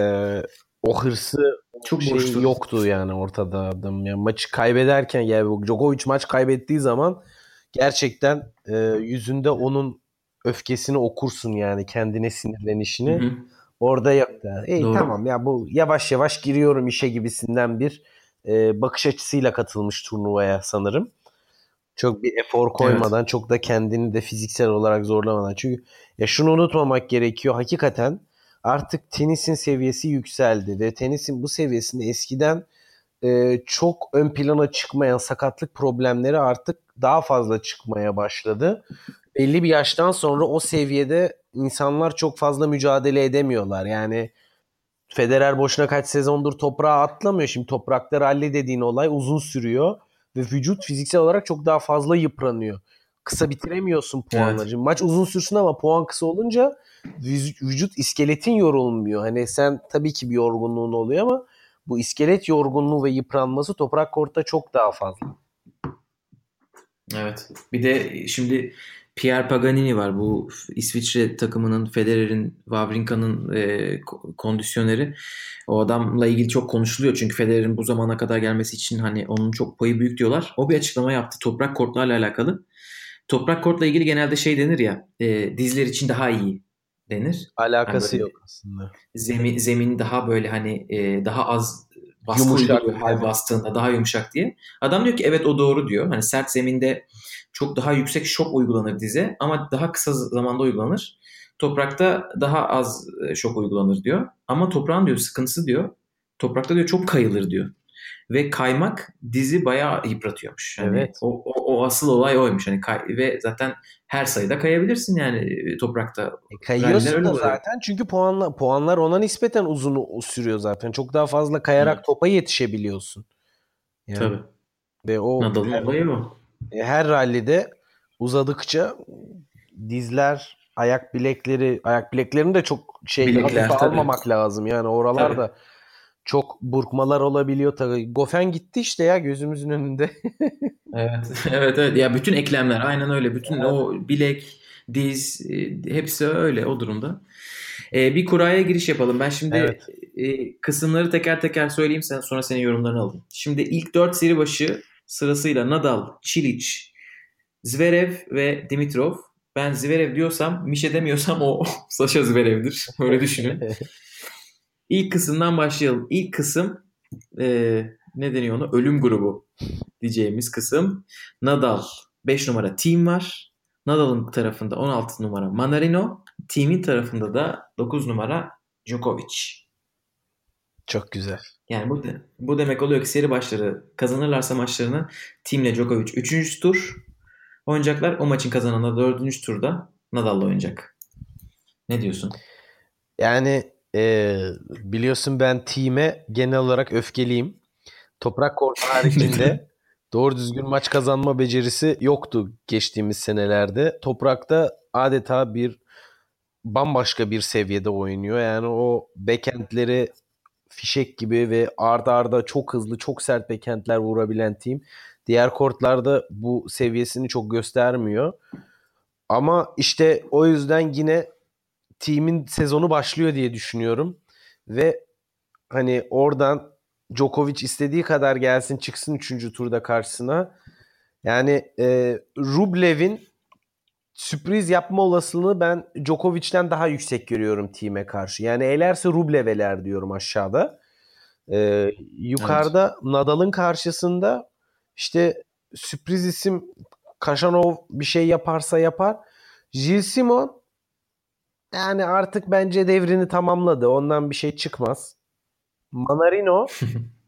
o hırsı, o Çok şey boştu. yoktu yani ortada adam. Yani maçı kaybederken, yani Djokovic maç kaybettiği zaman gerçekten yüzünde onun öfkesini okursun, yani kendine Hı sinirlenişini. hı. Orada yok da. Doğru. Tamam ya, bu yavaş yavaş giriyorum işe gibisinden bir bakış açısıyla katılmış turnuvaya sanırım. Çok bir efor Evet. koymadan, çok da kendini de fiziksel olarak zorlamadan. Çünkü ya şunu unutmamak gerekiyor. Hakikaten artık tenisin seviyesi yükseldi ve tenisin bu seviyesinde eskiden çok ön plana çıkmayan sakatlık problemleri artık daha fazla çıkmaya başladı. Belli bir yaştan sonra o seviyede insanlar çok fazla mücadele edemiyorlar. Yani Federer boşuna kaç sezondur toprağa atlamıyor. Şimdi toprakta ralli dediğin olay uzun sürüyor ve vücut fiziksel olarak çok daha fazla yıpranıyor. Kısa bitiremiyorsun puanları. Evet. Şimdi maç uzun sürsün ama puan kısa olunca vücut iskeletin yorulmuyor. Hani sen tabii ki bir yorgunluğun oluyor ama bu iskelet yorgunluğu ve yıpranması toprak kortta çok daha fazla. Evet. Bir de şimdi Pierre Paganini var. Bu İsviçre takımının, Federer'in, Wawrinka'nın kondisyoneri. O adamla ilgili çok konuşuluyor. Çünkü Federer'in bu zamana kadar gelmesi için hani onun çok payı büyük diyorlar. O bir açıklama yaptı toprak kortlarla alakalı. Toprak kortla ilgili genelde şey denir ya, dizler için daha iyi denir. Hani Alakası böyle yok aslında. zemin daha böyle hani daha az baskı Yumuşak. uyguluyor her bastığında, daha yumuşak diye. Adam diyor ki evet, o doğru diyor. Hani sert zeminde çok daha yüksek şok uygulanır dize ama daha kısa zamanda uygulanır. Toprakta daha az şok uygulanır diyor. Ama toprağın diyor sıkıntısı diyor. Toprakta diyor çok kayılır diyor. Ve kaymak dizi bayağı yıpratıyormuş. Hani Evet. o asıl olay oymuş. Hani ve zaten her sayıda kayabilirsin yani toprakta. Rally'ler Kayıyorsun öyle da oluyor. zaten çünkü puanlar ona nispeten uzun sürüyor zaten. Çok daha fazla kayarak Evet. topa yetişebiliyorsun. Yani Tabii. ve o Nadal'ın olayı o. her rallide uzadıkça dizler, ayak bileklerini de çok hafife Bilekler tabii. almamak lazım. Yani oralar Tabii. da çok burkmalar olabiliyor tabii. Goffin gitti işte ya, gözümüzün önünde. Evet. Evet, evet. Ya bütün eklemler aynen öyle. Bütün o bilek, diz hepsi öyle o durumda. Bir kuraya giriş yapalım. Ben şimdi Evet. kısımları teker teker söyleyeyim, sen sonra senin yorumlarını alayım. Şimdi ilk 4 seri başı sırasıyla Nadal, Cilic, Zverev ve Dimitrov. Ben Zverev diyorsam, Mişe demiyorsam o Sasha Zverev'dir. Öyle düşünün. İlk kısımdan başlayalım. İlk kısım e, ne deniyor ona? Ölüm grubu diyeceğimiz kısım. Nadal 5 numara Thiem var. Nadal'ın tarafında 16 numara Manarino. Thiem'in tarafında da 9 numara Djokovic. Çok güzel. Yani bu demek oluyor ki seri başları kazanırlarsa maçlarını Thiem'le Djokovic 3. tur oynayacaklar. O maçın kazananı 4. turda Nadal'la oynayacak. Ne diyorsun? Yani biliyorsun ben team'e genel olarak öfkeliyim. Toprak kort Neden? haricinde doğru düzgün maç kazanma becerisi yoktu geçtiğimiz senelerde. Toprakta adeta bir bambaşka bir seviyede oynuyor. Yani o backhandleri fişek gibi ve arda arda çok hızlı, çok sert backhandler vurabilen team. Diğer kortlarda bu seviyesini çok göstermiyor. Ama işte o yüzden yine team'in sezonu başlıyor diye düşünüyorum. Ve hani oradan Djokovic istediği kadar gelsin çıksın üçüncü turda karşısına. Yani Rublev'in sürpriz yapma olasılığını ben Djokovic'ten daha yüksek görüyorum Thiem'e karşı. Yani elerse Rublev eler diyorum aşağıda. Evet. Yukarıda Nadal'ın karşısında işte sürpriz isim Kaşanov bir şey yaparsa yapar. Gilles Simon yani artık bence devrini tamamladı. Ondan bir şey çıkmaz. Manarino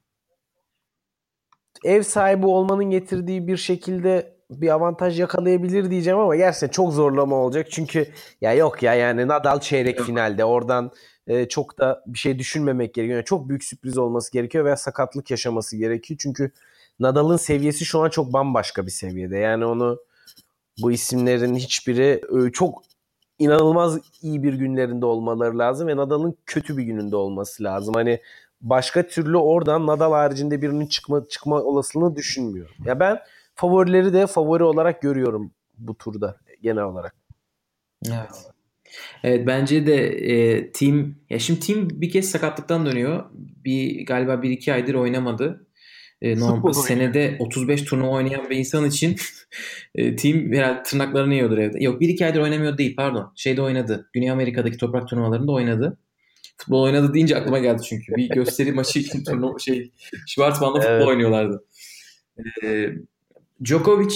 ev sahibi olmanın getirdiği bir şekilde bir avantaj yakalayabilir diyeceğim ama gerçekten çok zorlama olacak. Çünkü ya yok ya yani Nadal çeyrek Yok. finalde oradan çok da bir şey düşünmemek gerekiyor. Yani çok büyük sürpriz olması gerekiyor veya sakatlık yaşaması gerekiyor. Çünkü Nadal'ın seviyesi şu an çok bambaşka bir seviyede. Yani onu bu isimlerin hiçbiri çok inanılmaz iyi bir günlerinde olmaları lazım ve Nadal'ın kötü bir gününde olması lazım. Hani başka türlü oradan Nadal haricinde birinin çıkma olasılığını düşünmüyorum. Ya ben favorileri de favori olarak görüyorum bu turda genel olarak. Evet. Evet, bence de Team, ya şimdi Team bir kez sakatlıktan dönüyor. Galiba bir iki aydır oynamadı. Futbol oynuyor. Senede 35 turnuva oynayan bir insan için Team herhalde tırnaklarını yiyordur evde. Yok, bir iki aydır oynamıyor değil, pardon. Şeyde oynadı. Güney Amerika'daki toprak turnuvalarında oynadı. Futbol oynadı deyince aklıma geldi çünkü. Bir gösteri maçı için Schwarzman'la futbol Evet. oynuyorlardı. E, Djokovic,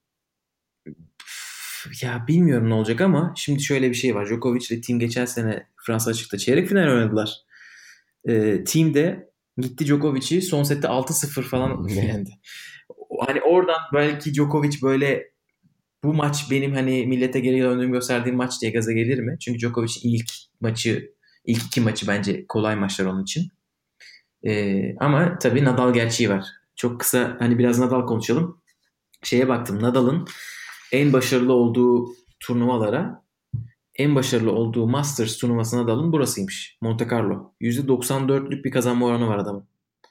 ya bilmiyorum ne olacak ama şimdi şöyle bir şey var. Djokovic ile Team geçen sene Fransa Açık'ta çeyrek final oynadılar. Team de gitti Djokovic'i son sette 6-0 falan yendi. Hani oradan belki Djokovic böyle bu maç benim hani millete geri döndüğümü gösterdiğim maç diye gaza gelir mi? Çünkü Djokovic'in ilk iki maçı bence kolay maçlar onun için. Ama tabii Nadal gerçeği var. Çok kısa hani biraz Nadal konuşalım. Şeye baktım, Nadal'ın en başarılı olduğu turnuvalara, en başarılı olduğu Masters turnuvasına Nadal'ın burasıymış. Monte Carlo. %94'lük bir kazanma oranı var adamın.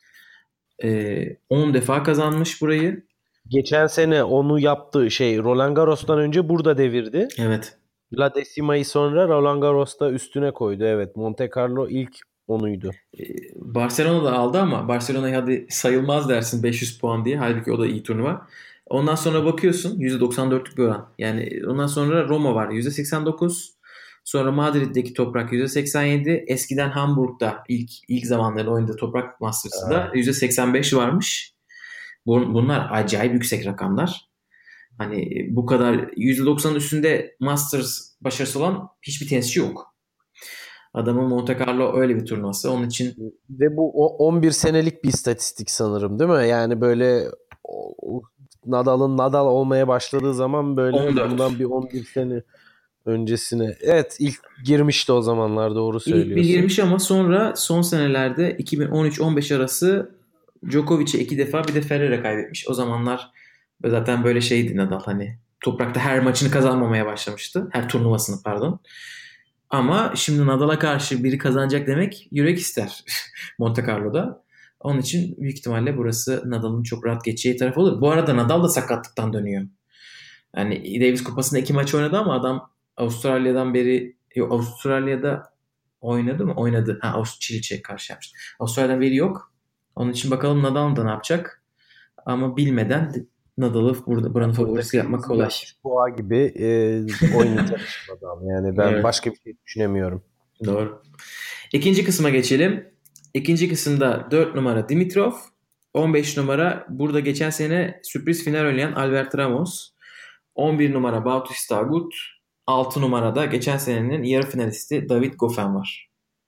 10 defa kazanmış burayı. Geçen sene onu yaptığı şey Roland Garros'tan önce burada devirdi. Evet. La Decima'yı sonra Roland Garros'ta üstüne koydu. Evet, Monte Carlo ilk onuydu. Barcelona da aldı ama Barcelona'ya hadi sayılmaz dersin 500 puan diye. Halbuki o da iyi turnuva. Ondan sonra bakıyorsun %94'lük bir oran. Yani ondan sonra Roma var %89. Sonra Madrid'deki toprak %87. Eskiden Hamburg'da ilk zamanlarda oynadığı toprak Masters'da %85 varmış. Bunlar acayip yüksek rakamlar. Hani bu kadar %90'ın üstünde Masters başarısı olan hiçbir tenisçi yok. Adamın Monte Carlo öyle bir turnuvası. Onun için Ve bu 11 senelik bir istatistik sanırım değil mi? Yani böyle Nadal'ın Nadal olmaya başladığı zaman böyle 14. bundan bir 11 sene öncesine. Evet, ilk girmişti o zamanlar, doğru İlk bir söylüyorsun. girmiş ama sonra son senelerde 2013-15 arası Djokovic'e iki defa bir de Federer'e kaybetmiş. O zamanlar zaten böyle şeydi Nadal, hani toprakta her maçını kazanmamaya başlamıştı. Her turnuvasını, pardon. Ama şimdi Nadal'a karşı biri kazanacak demek yürek ister Monte Carlo'da. Onun için büyük ihtimalle burası Nadal'ın çok rahat geçeceği taraf olur. Bu arada Nadal da sakatlıktan dönüyor. Yani Davis Kupası'nda iki maç oynadı ama adam Avustralya'dan beri, yok, Avustralya'da oynadı mı? Oynadı. Ha, Çiliç'e karşı yapmıştı. Avustralya'dan beri yok. Onun için bakalım Nadal da ne yapacak. Ama bilmeden Nadal'ı buranın Burada favorisi yapmak kolay. Zidaş, Boğa gibi oynayacak adam. Yani ben Evet, başka bir şey düşünemiyorum. doğru. İkinci kısma geçelim. İkinci kısımda 4 numara Dimitrov, 15 numara burada geçen sene sürpriz final oynayan Albert Ramos, 11 numara Bautista Agut, 6 numarada geçen senenin yarı finalisti David Goffin var.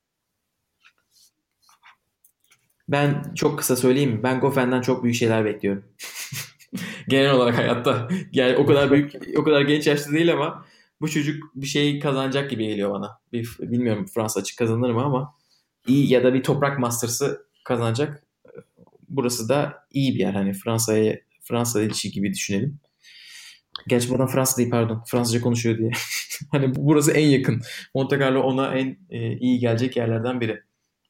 Ben çok kısa söyleyeyim mi? Ben Goffen'den çok büyük şeyler bekliyorum. Genel olarak hayatta. Yani o kadar büyük, o kadar genç yaşta değil ama bu çocuk bir şey kazanacak gibi geliyor bana. Bilmiyorum Fransa açık kazanır mı ama iyi, ya da bir toprak Masters'ı kazanacak. Burası da iyi bir yer. Hani Fransa ilişki gibi düşünelim. Gerçi bu adam Fransa değil, pardon. Fransızca konuşuyor diye. Hani burası en yakın. Monte Carlo ona en iyi gelecek yerlerden biri.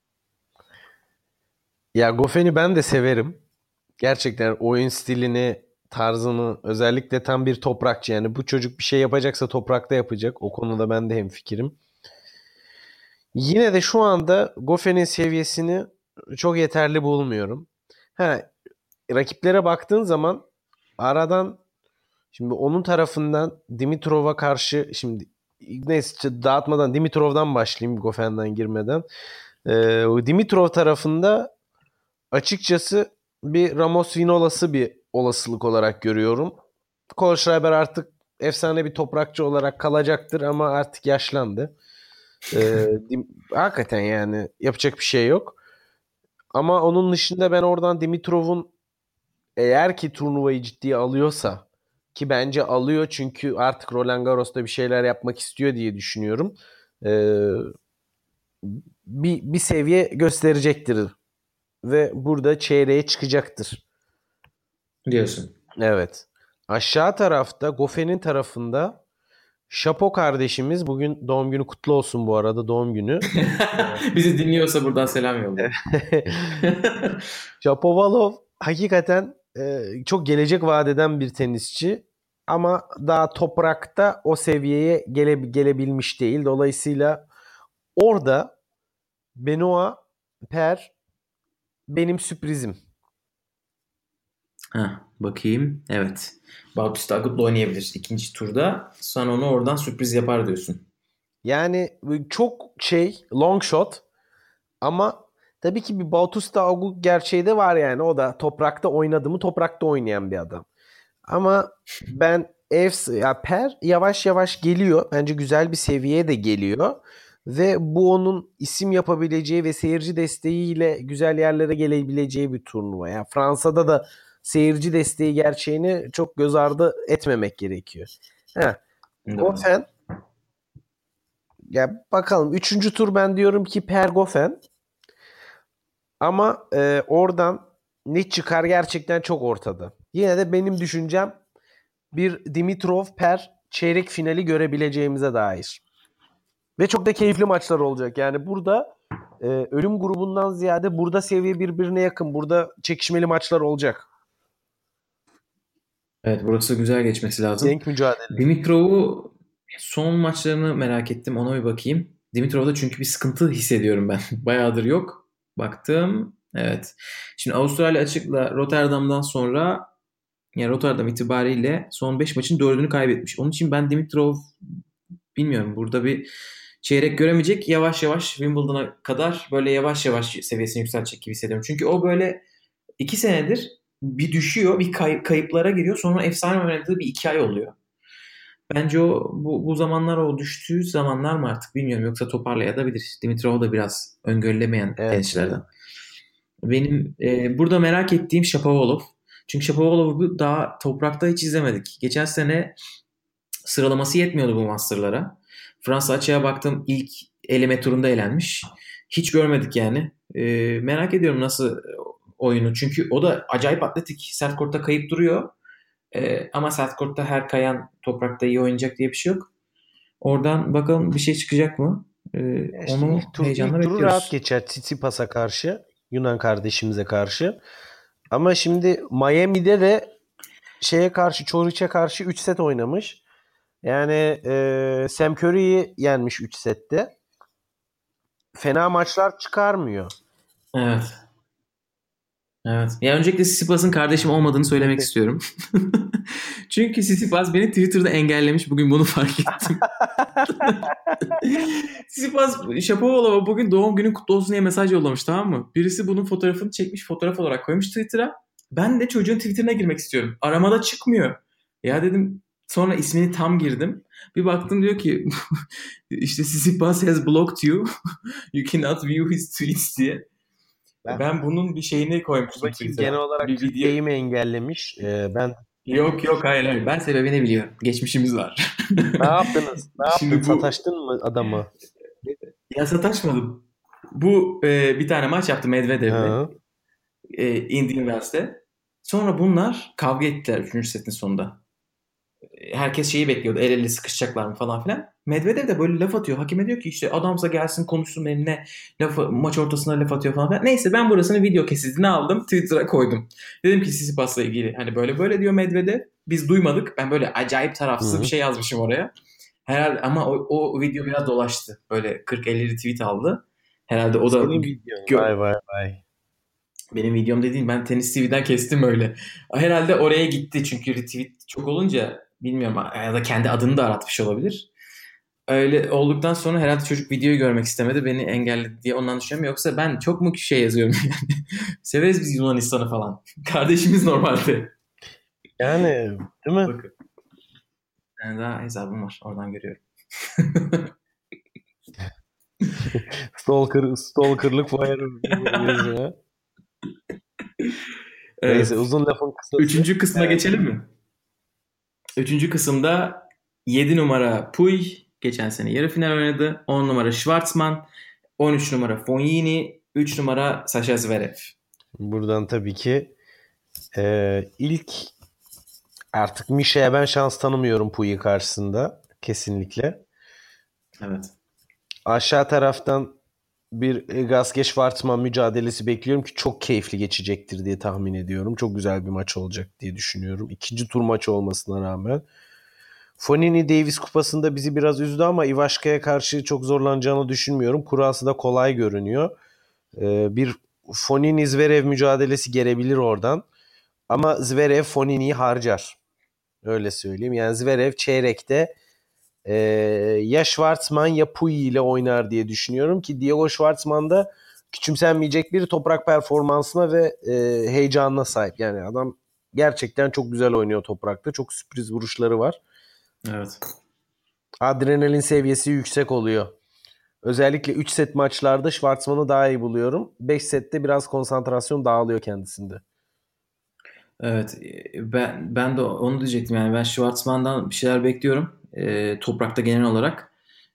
Ya Goffen'i ben de severim. Gerçekten oyun stilini, tarzını, özellikle tam bir toprakçı. Yani bu çocuk bir şey yapacaksa toprakta yapacak. O konuda ben de hemfikirim. Yine de şu anda Goffen'in seviyesini çok yeterli bulmuyorum. Ha, rakiplere baktığın zaman aradan Şimdi onun tarafından Dimitrov'a karşı şimdi neyse dağıtmadan Dimitrov'dan başlayayım Gofen'den girmeden. O Dimitrov tarafında açıkçası bir Ramos Vinola'sı bir olasılık olarak görüyorum. Kohlschreiber artık efsane bir toprakçı olarak kalacaktır ama artık yaşlandı. Hakikaten yani yapacak bir şey yok. Ama onun dışında ben oradan Dimitrov'un eğer ki turnuvayı ciddiye alıyorsa ki bence alıyor çünkü artık Roland Garros'ta bir şeyler yapmak istiyor diye düşünüyorum. Ee, bir seviye gösterecektir ve burada çeyreğe çıkacaktır. Diyorsun. Evet. Aşağı tarafta Goffen'in tarafında Şapo kardeşimiz bugün doğum günü kutlu olsun bu arada doğum günü. Bizi dinliyorsa buradan selam yollayalım. Shapovalov hakikaten çok gelecek vaat eden bir tenisçi ama daha toprakta o seviyeye gelebilmiş değil. Dolayısıyla orada Benoit Per benim sürprizim. Bakayım. Evet. Bautista Agut'la oynayabilir ikinci turda. Sen onu oradan sürpriz yapar diyorsun. Yani çok long shot ama tabii ki bir Bautista Agut gerçeği de var yani. O da toprakta oynadı mı toprakta oynayan bir adam. Ama ben Per yavaş yavaş geliyor. Bence güzel bir seviyeye de geliyor. Ve bu onun isim yapabileceği ve seyirci desteğiyle güzel yerlere gelebileceği bir turnuva. Yani Fransa'da da seyirci desteği gerçeğini çok göz ardı etmemek gerekiyor. Goffin ya bakalım 3. tur ben diyorum ki Per Goffin. Ama oradan ne çıkar gerçekten çok ortada. Yine de benim düşüncem bir Dimitrov Per çeyrek finali görebileceğimize dair. Ve çok da keyifli maçlar olacak. Yani burada ölüm grubundan ziyade burada seviye birbirine yakın. Burada çekişmeli maçlar olacak. Evet, burası güzel geçmesi lazım. Denk mücadele. Dimitrov'u son maçlarını merak ettim. Ona bir bakayım. Dimitrov'da çünkü bir sıkıntı hissediyorum ben. Bayağıdır yok. Baktım. Evet. Şimdi Avustralya Açık'la Rotterdam'dan sonra yani Rotterdam itibariyle son 5 maçın 4'ünü kaybetmiş. Onun için ben Dimitrov bilmiyorum. Burada bir çeyrek göremeyecek. Yavaş yavaş Wimbledon'a kadar böyle yavaş yavaş seviyesini yükseltecek gibi hissediyorum. Çünkü o böyle 2 senedir bir düşüyor, bir kayıplara giriyor. Sonra efsane oynadığı bir 2 ay oluyor. Bence bu zamanlar o düştüğü zamanlar mı artık bilmiyorum. Yoksa toparlayabilir. Dimitrov da biraz öngörülemeyen tenisçilerden. Benim burada merak ettiğim Shapovalov. Çünkü Shapovalov'u daha toprakta hiç izlemedik. Geçen sene sıralaması yetmiyordu bu Master'lara. Fransa açığa baktım ilk eleme turunda elenmiş. Hiç görmedik yani. Merak ediyorum nasıl oyunu. Çünkü o da acayip atletik. Sert kortta kayıp duruyor. Ama sert kortta her kayan toprakta iyi oynayacak diye bir şey yok. Oradan bakalım bir şey çıkacak mı? Onu heyecanla ilk turu rahat bekliyoruz. geçer Tsitsipas'a karşı. Yunan kardeşimize karşı. Ama şimdi Miami'de de şeye karşı Çoriç'e karşı 3 set oynamış. Yani Sam Curry'i yenmiş 3 sette. Fena maçlar çıkarmıyor. Evet. Evet. Ya öncelikle Sisipas'ın kardeşim olmadığını söylemek istiyorum. Çünkü Sisipas beni Twitter'da engellemiş. Bugün bunu fark ettim. Sisipas Shapovalov'a bugün doğum günün kutlu olsun diye mesaj yollamış, tamam mı? Birisi bunun fotoğrafını çekmiş, fotoğraf olarak koymuş Twitter'a. Ben de çocuğun Twitter'ına girmek istiyorum. Aramada çıkmıyor. Ya dedim, sonra ismini tam girdim. Bir baktım diyor ki işte Sisipas has blocked you. You cannot view his tweets diye. Ben bunun bir şeyini koymuştum Bakayım genel Twitter'a. olarak Bir video. Türkiye'yi mi engellemiş? Ben Yok, hayır. Ben sebebini biliyorum. Geçmişimiz var. ne yaptınız? Ne yaptın? Şimdi Sataştın mı adamı? ya sataşmadım. Bu bir tane maç yaptı Medvedev'le. Indian Wells'te. Sonra bunlar kavga ettiler 3. setin sonunda. Herkes şeyi bekliyordu. El ele sıkışacaklar mı falan filan. Medvedev de böyle laf atıyor. Hakime diyor ki işte adamsa gelsin konuşsun benimle. Maç ortasında laf atıyor falan filan. Neyse ben burasını video kesitini aldım. Twitter'a koydum. Dedim ki Tsitsipas'la ilgili hani böyle diyor Medvedev. Biz duymadık. Ben böyle acayip tarafsız bir şey yazmışım oraya. Herhalde ama o video biraz dolaştı. Böyle 40-50 retweet aldı. Herhalde o da Senin videon. Vay. Benim videom dediğim, ben Tenis TV'den kestim öyle. Herhalde oraya gitti çünkü retweet çok olunca, bilmiyorum, ya da kendi adını da aratmış olabilir. Öyle olduktan sonra herhalde çocuk videoyu görmek istemedi, beni engelledi diye ondan düşünüyorum. Yoksa ben çok mu şey yazıyorum yani. Severiz biz Yunanistan'ı falan. Kardeşimiz normalde. Yani değil mi? Bakın. Yani daha hesabım var, oradan görüyorum. Stalkerlık var diyorsun ha. Neyse, Evet. uzun lafın kısası. Üçüncü kısma geçelim mi? Üçüncü kısımda 7 numara Puy geçen sene yarı final oynadı. 10 numara Schwartzman, 13 numara Fognini, 3 numara Sasha Zverev. Buradan tabii ki ilk artık Mişe'ye ben şans tanımıyorum Puyi karşısında. Kesinlikle. Evet. Aşağı taraftan bir Gasquet Schwartzman mücadelesi bekliyorum ki çok keyifli geçecektir diye tahmin ediyorum. Çok güzel bir maç olacak diye düşünüyorum. İkinci tur maçı olmasına rağmen. Fognini Davis Kupası'nda bizi biraz üzdü ama Ivaşka'ya karşı çok zorlanacağını düşünmüyorum. Kurası da kolay görünüyor. Bir Fognini-Zverev mücadelesi gelebilir oradan. Ama Zverev Fognini'yi harcar. Öyle söyleyeyim. Yani Zverev çeyrekte ya Schwartzman ya Puyi ile oynar diye düşünüyorum ki Diego Schwartzman da küçümsenmeyecek bir toprak performansına ve heyecanına sahip. Yani adam gerçekten çok güzel oynuyor toprakta. Çok sürpriz vuruşları var. Evet. Adrenalin seviyesi yüksek oluyor. Özellikle 3 set maçlarda Schwartzman'ı daha iyi buluyorum. 5 sette biraz konsantrasyon dağılıyor kendisinde. Evet. Ben de onu diyecektim, yani ben Schwartzman'dan bir şeyler bekliyorum. Toprakta genel olarak.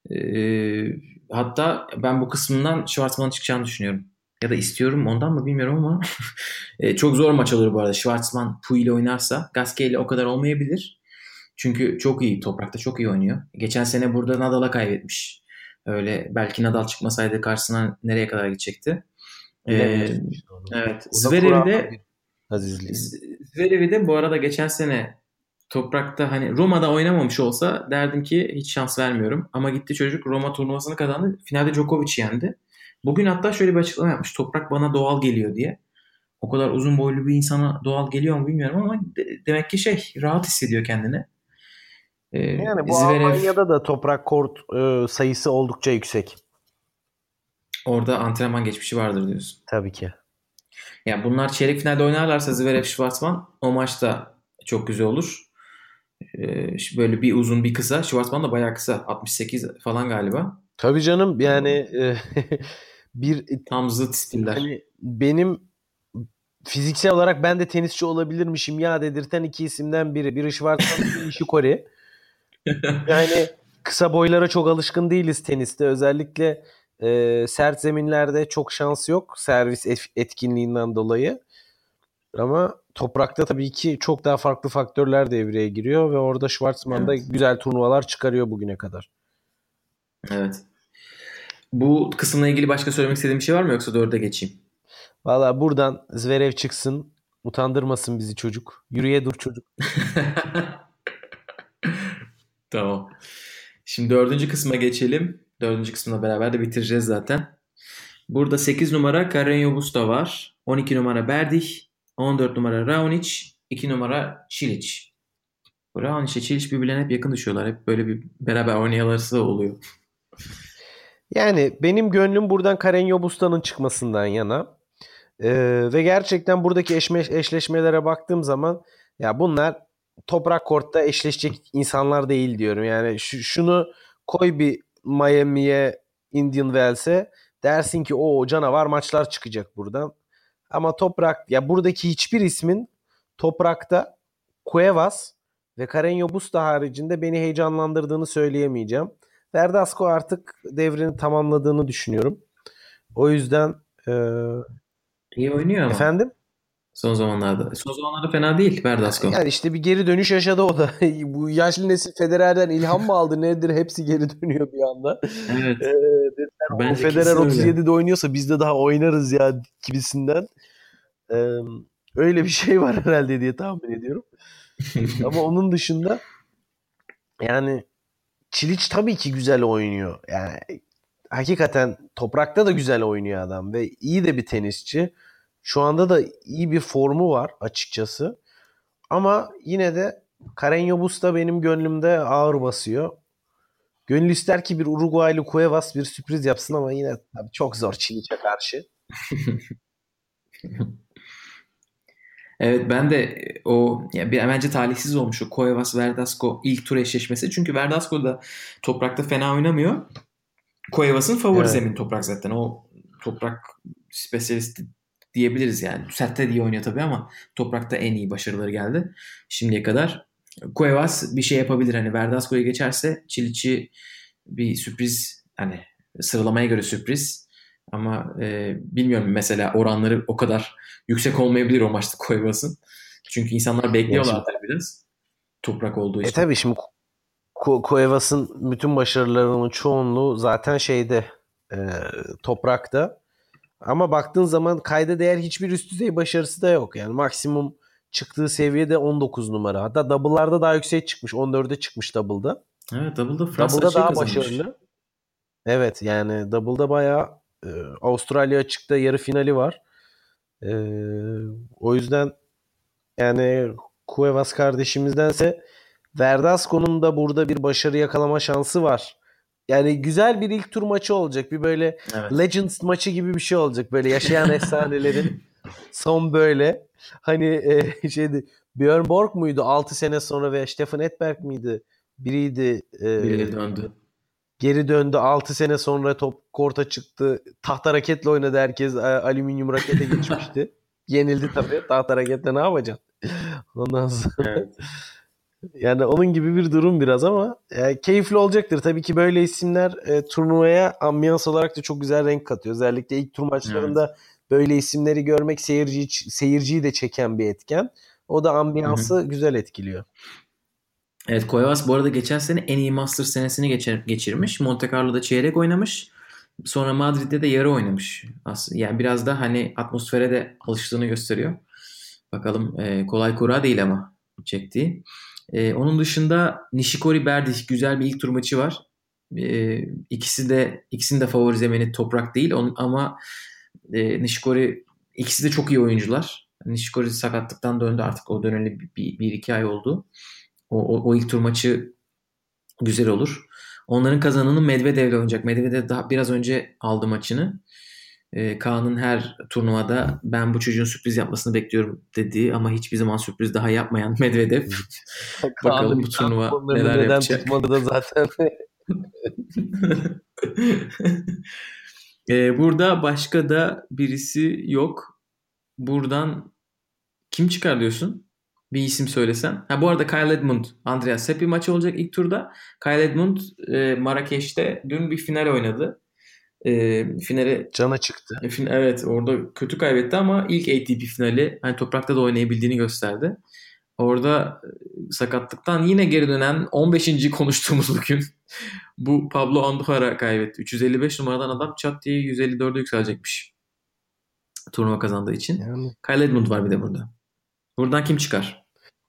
Hatta ben bu kısmından Schwartzman'ın çıkacağını düşünüyorum. Ya da istiyorum, ondan mı bilmiyorum ama çok zor maç olur bu arada. Schwartzman Puy ile oynarsa Gasquet ile o kadar olmayabilir. Çünkü çok iyi, toprakta çok iyi oynuyor. Geçen sene burada Nadal'a kaybetmiş. Öyle, belki Nadal çıkmasaydı karşısına nereye kadar gidecekti. Ee, Bilemiyorsun işte onu. evet. O da kuralın bir azizliği. Zverev'i de bu arada geçen sene toprakta, hani Roma'da oynamamış olsa derdim ki hiç şans vermiyorum. Ama gitti çocuk, Roma turnuvasını kazandı. Finalde Djokovic'i yendi. Bugün hatta şöyle bir açıklama yapmış. Toprak bana doğal geliyor diye. O kadar uzun boylu bir insana doğal geliyor mu bilmiyorum ama demek ki rahat hissediyor kendini. Yani bu Zverev Almanya'da da toprak kort sayısı oldukça yüksek. orada antrenman geçmişi vardır diyorsun. Tabii ki. Yani bunlar çeyrek finalde oynarlarsa Zverev Schwartzman, o maçta çok güzel olur. Böyle bir uzun bir kısa. Schwartzman da bayağı kısa. 68 falan galiba. Tabii canım, yani bir Tam zıt stiller. hani benim fiziksel olarak ben de tenisçi olabilirmişim ya dedirten iki isimden biri. Biri Schwartzman, biri Nishikori. Yani kısa boylara çok alışkın değiliz teniste. Özellikle sert zeminlerde çok şans yok servis etkinliğinden dolayı. Ama toprakta tabii ki çok daha farklı faktörler devreye giriyor ve orada Schwartzman da Evet. güzel turnuvalar çıkarıyor bugüne kadar. Evet. Bu kısımla ilgili başka söylemek istediğim bir şey var mı, yoksa dörde geçeyim? Valla buradan Zverev çıksın. Utandırmasın bizi çocuk. Yürüye dur çocuk. Tamam. Şimdi dördüncü kısma geçelim. Dördüncü kısımla beraber de bitireceğiz zaten. Burada 8 numara Carreño Busta var. 12 numara Berdych. 14 numara Raonic. 2 numara Cilic. Bu Raonic ile Cilic birbirlerine hep yakın düşüyorlar. Hep böyle bir beraber oynayalarsı oluyor. Yani benim gönlüm buradan Carreño Busta'nın çıkmasından yana. Ve gerçekten buradaki eşleşmelere baktığım zaman ya bunlar toprak kortta eşleşecek insanlar değil diyorum. Yani şunu koy bir Miami'ye, Indian Wells'e, dersin ki o canavar maçlar çıkacak buradan. Ama toprak, ya buradaki hiçbir ismin toprakta Cuevas ve Carreño Busta haricinde beni heyecanlandırdığını söyleyemeyeceğim. Verdasco artık devrini tamamladığını düşünüyorum. O yüzden İyi oynuyor ama. efendim, Son zamanlarda. Son zamanlarda fena değil Verdasco. yani işte bir geri dönüş yaşadı o da. Bu yaşlı nesil Federer'den ilham mı aldı nedir, hepsi geri dönüyor bir anda. Evet. Dediler o Bence Federer kesin öyle. 37'de oynuyorsa biz de daha oynarız ya gibisinden. Ee, Öyle bir şey var herhalde diye tahmin ediyorum. Ama onun dışında yani Çiliç tabii ki güzel oynuyor. Yani hakikaten toprakta da güzel oynuyor adam ve iyi de bir tenisçi. Şu anda da iyi bir formu var açıkçası. Ama yine de Carreño Busta benim gönlümde ağır basıyor. Gönül ister ki bir Uruguaylı Cuevas bir sürpriz yapsın ama yine tabii çok zor Çiliç'e karşı. Evet ben de bence talihsiz olmuş o Cuevas Verdasco ilk tur eşleşmesi. Çünkü Verdasco da toprakta fena oynamıyor. Cuevas'ın favori Evet. zemin toprak zaten. O toprak spesyalisti diyebiliriz yani. Sertte diye oynuyor tabii ama toprakta en iyi başarıları geldi şimdiye kadar. Cuevas bir şey yapabilir. Hani Verdasco'yu geçerse Çiliç'i bir sürpriz, hani sıralamaya göre sürpriz ama bilmiyorum, mesela oranları o kadar yüksek olmayabilir o maçta Cuevas'ın. Çünkü insanlar Yani şimdi bekliyorlardır biraz. Toprak olduğu için. tabii şimdi Cuevas'ın bütün başarılarının çoğunluğu zaten e, toprakta. Ama baktığın zaman kayda değer hiçbir üst düzey başarısı da yok. Yani maksimum çıktığı seviyede 19 numara. Hatta double'larda daha yüksek çıkmış. 14'e çıkmış double'da. Evet, Double'da Fransa Double'da açığı daha kazanmış. başarılı. Evet yani double'da bayağı Avustralya açıkta yarı finali var. E, O yüzden yani Cuevas kardeşimizdense Verdasco'nun da burada bir başarı yakalama şansı var. Yani güzel bir ilk tur maçı olacak. Bir böyle Evet. Legends maçı gibi bir şey olacak. Böyle yaşayan efsanelerin son böyle hani Björn Borg muydu 6 sene sonra veya Stefan Edberg miydi? Biriydi. Biri döndü. Geri döndü 6 sene sonra top korta çıktı. Tahta raketle oynadı herkes. Alüminyum rakete geçmişti. Yenildi tabii. Tahta raketle ne yapacaksın? Ondan sonra Evet. yani onun gibi bir durum biraz ama keyifli olacaktır. Tabii ki böyle isimler turnuvaya ambiyans olarak da çok güzel renk katıyor. Özellikle ilk tur Evet. maçlarında böyle isimleri görmek seyirciyi de çeken bir etken. O da Hı hı. ambiyansı güzel etkiliyor. Evet, Cuevas bu arada geçen sene en iyi Masters senesini geçirmiş. Monte Carlo'da çeyrek oynamış. Sonra Madrid'de de yarı oynamış. Aslında yani biraz da hani atmosfere de alıştığını gösteriyor. Bakalım, kolay kura değil ama çektiği. Onun dışında Nishikori Berdych güzel bir ilk tur maçı var. İkisinin de favori zemini toprak değil. Ama Nishikori, ikisi de çok iyi oyuncular. Nishikori sakatlıktan döndü, artık o döneli bir iki ay oldu. O ilk tur maçı güzel olur. Onların kazananı Medvedev'le oynayacak. Medvedev daha biraz önce aldı maçını. Kaan'ın her turnuvada ben bu çocuğun sürpriz yapmasını bekliyorum dediği ama hiçbir zaman sürpriz daha yapmayan Medvedev. Kaan'ın Bakalım bu iddia turnuva kuponlarını neler neden yapacak. tutmadı da zaten. Burada başka da birisi yok. Buradan kim çıkar diyorsun? Bir isim söylesen. Ha, bu arada Kyle Edmund, Andreas Seppi maçı olacak ilk turda. Kyle Edmund Marrakeş'te dün bir final oynadı. Finale Cana çıktı. evet, orada kötü kaybetti ama ilk ATP finali, hani toprakta da oynayabildiğini gösterdi. Orada sakatlıktan yine geri dönen 15. konuştuğumuz bugün bu Pablo Andujar'a kaybetti. 355 numaradan adam çat diye 154'e yükselecekmiş turnuva kazandığı için. Yani Kyle Edmund var bir de burada. Buradan kim çıkar?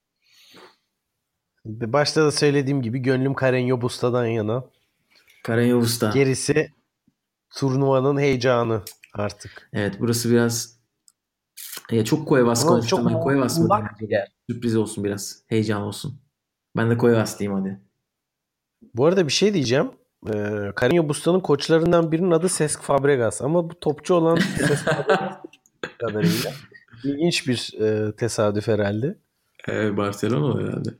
başta da söylediğim gibi gönlüm Carreño Busta'dan yana. Karen Usta. Gerisi turnuvanın heyecanı artık. Evet, burası biraz çok Cuevas Ama konuştum. çok Ben Cuevas mı diyeyim muğlak bir acaba? yer. Sürpriz olsun biraz. Heyecan olsun. Ben de Cuevas diyeyim hadi. Bu arada bir şey diyeceğim. Carreño Busta'nın koçlarından birinin adı Cesc Fabregas. Ama bu topçu olan Cesc Fabregas kadarıyla. İlginç bir tesadüf herhalde. Barcelona herhalde.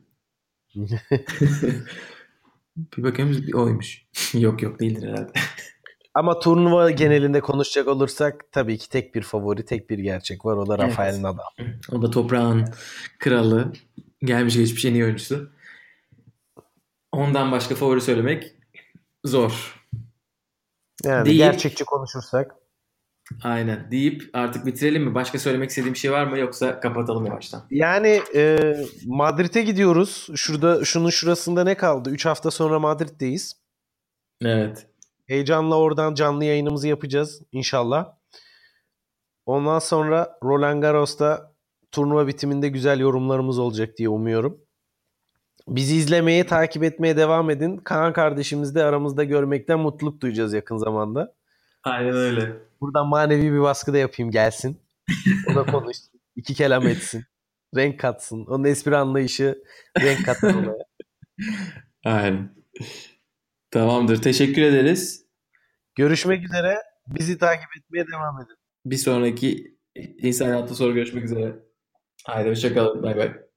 Bir bakayım, bir oymuş. Yok yok, değildir herhalde. Ama turnuva genelinde konuşacak olursak tabii ki tek bir favori, tek bir gerçek var. O da Rafael Evet. Nadal. O da toprağın kralı. Gelmiş geçmiş en iyi oyuncusu. Ondan başka favori söylemek zor. Yani Deyip gerçekçi konuşursak. aynen deyip artık bitirelim mi? Başka söylemek istediğim şey var mı, yoksa kapatalım yavaştan? Yani Madrid'e gidiyoruz. Şunun şurasında ne kaldı? 3 hafta sonra Madrid'deyiz. Evet. Heyecanla oradan canlı yayınımızı yapacağız inşallah. Ondan sonra Roland Garros'ta turnuva bitiminde güzel yorumlarımız olacak diye umuyorum. Bizi izlemeye, takip etmeye devam edin. Kaan kardeşimizi de aramızda görmekten mutluluk duyacağız yakın zamanda. Aynen öyle. Buradan manevi bir baskı da yapayım gelsin. O da konuşsun. İki kelam etsin. Renk katsın. Onun espri anlayışı renk katar olaya. Aynen. Tamamdır. Teşekkür ederiz. Görüşmek üzere. Bizi takip etmeye devam edin. Bir sonraki insan hafta sonra görüşmek üzere. Haydi hoşça kalın. Bay bay.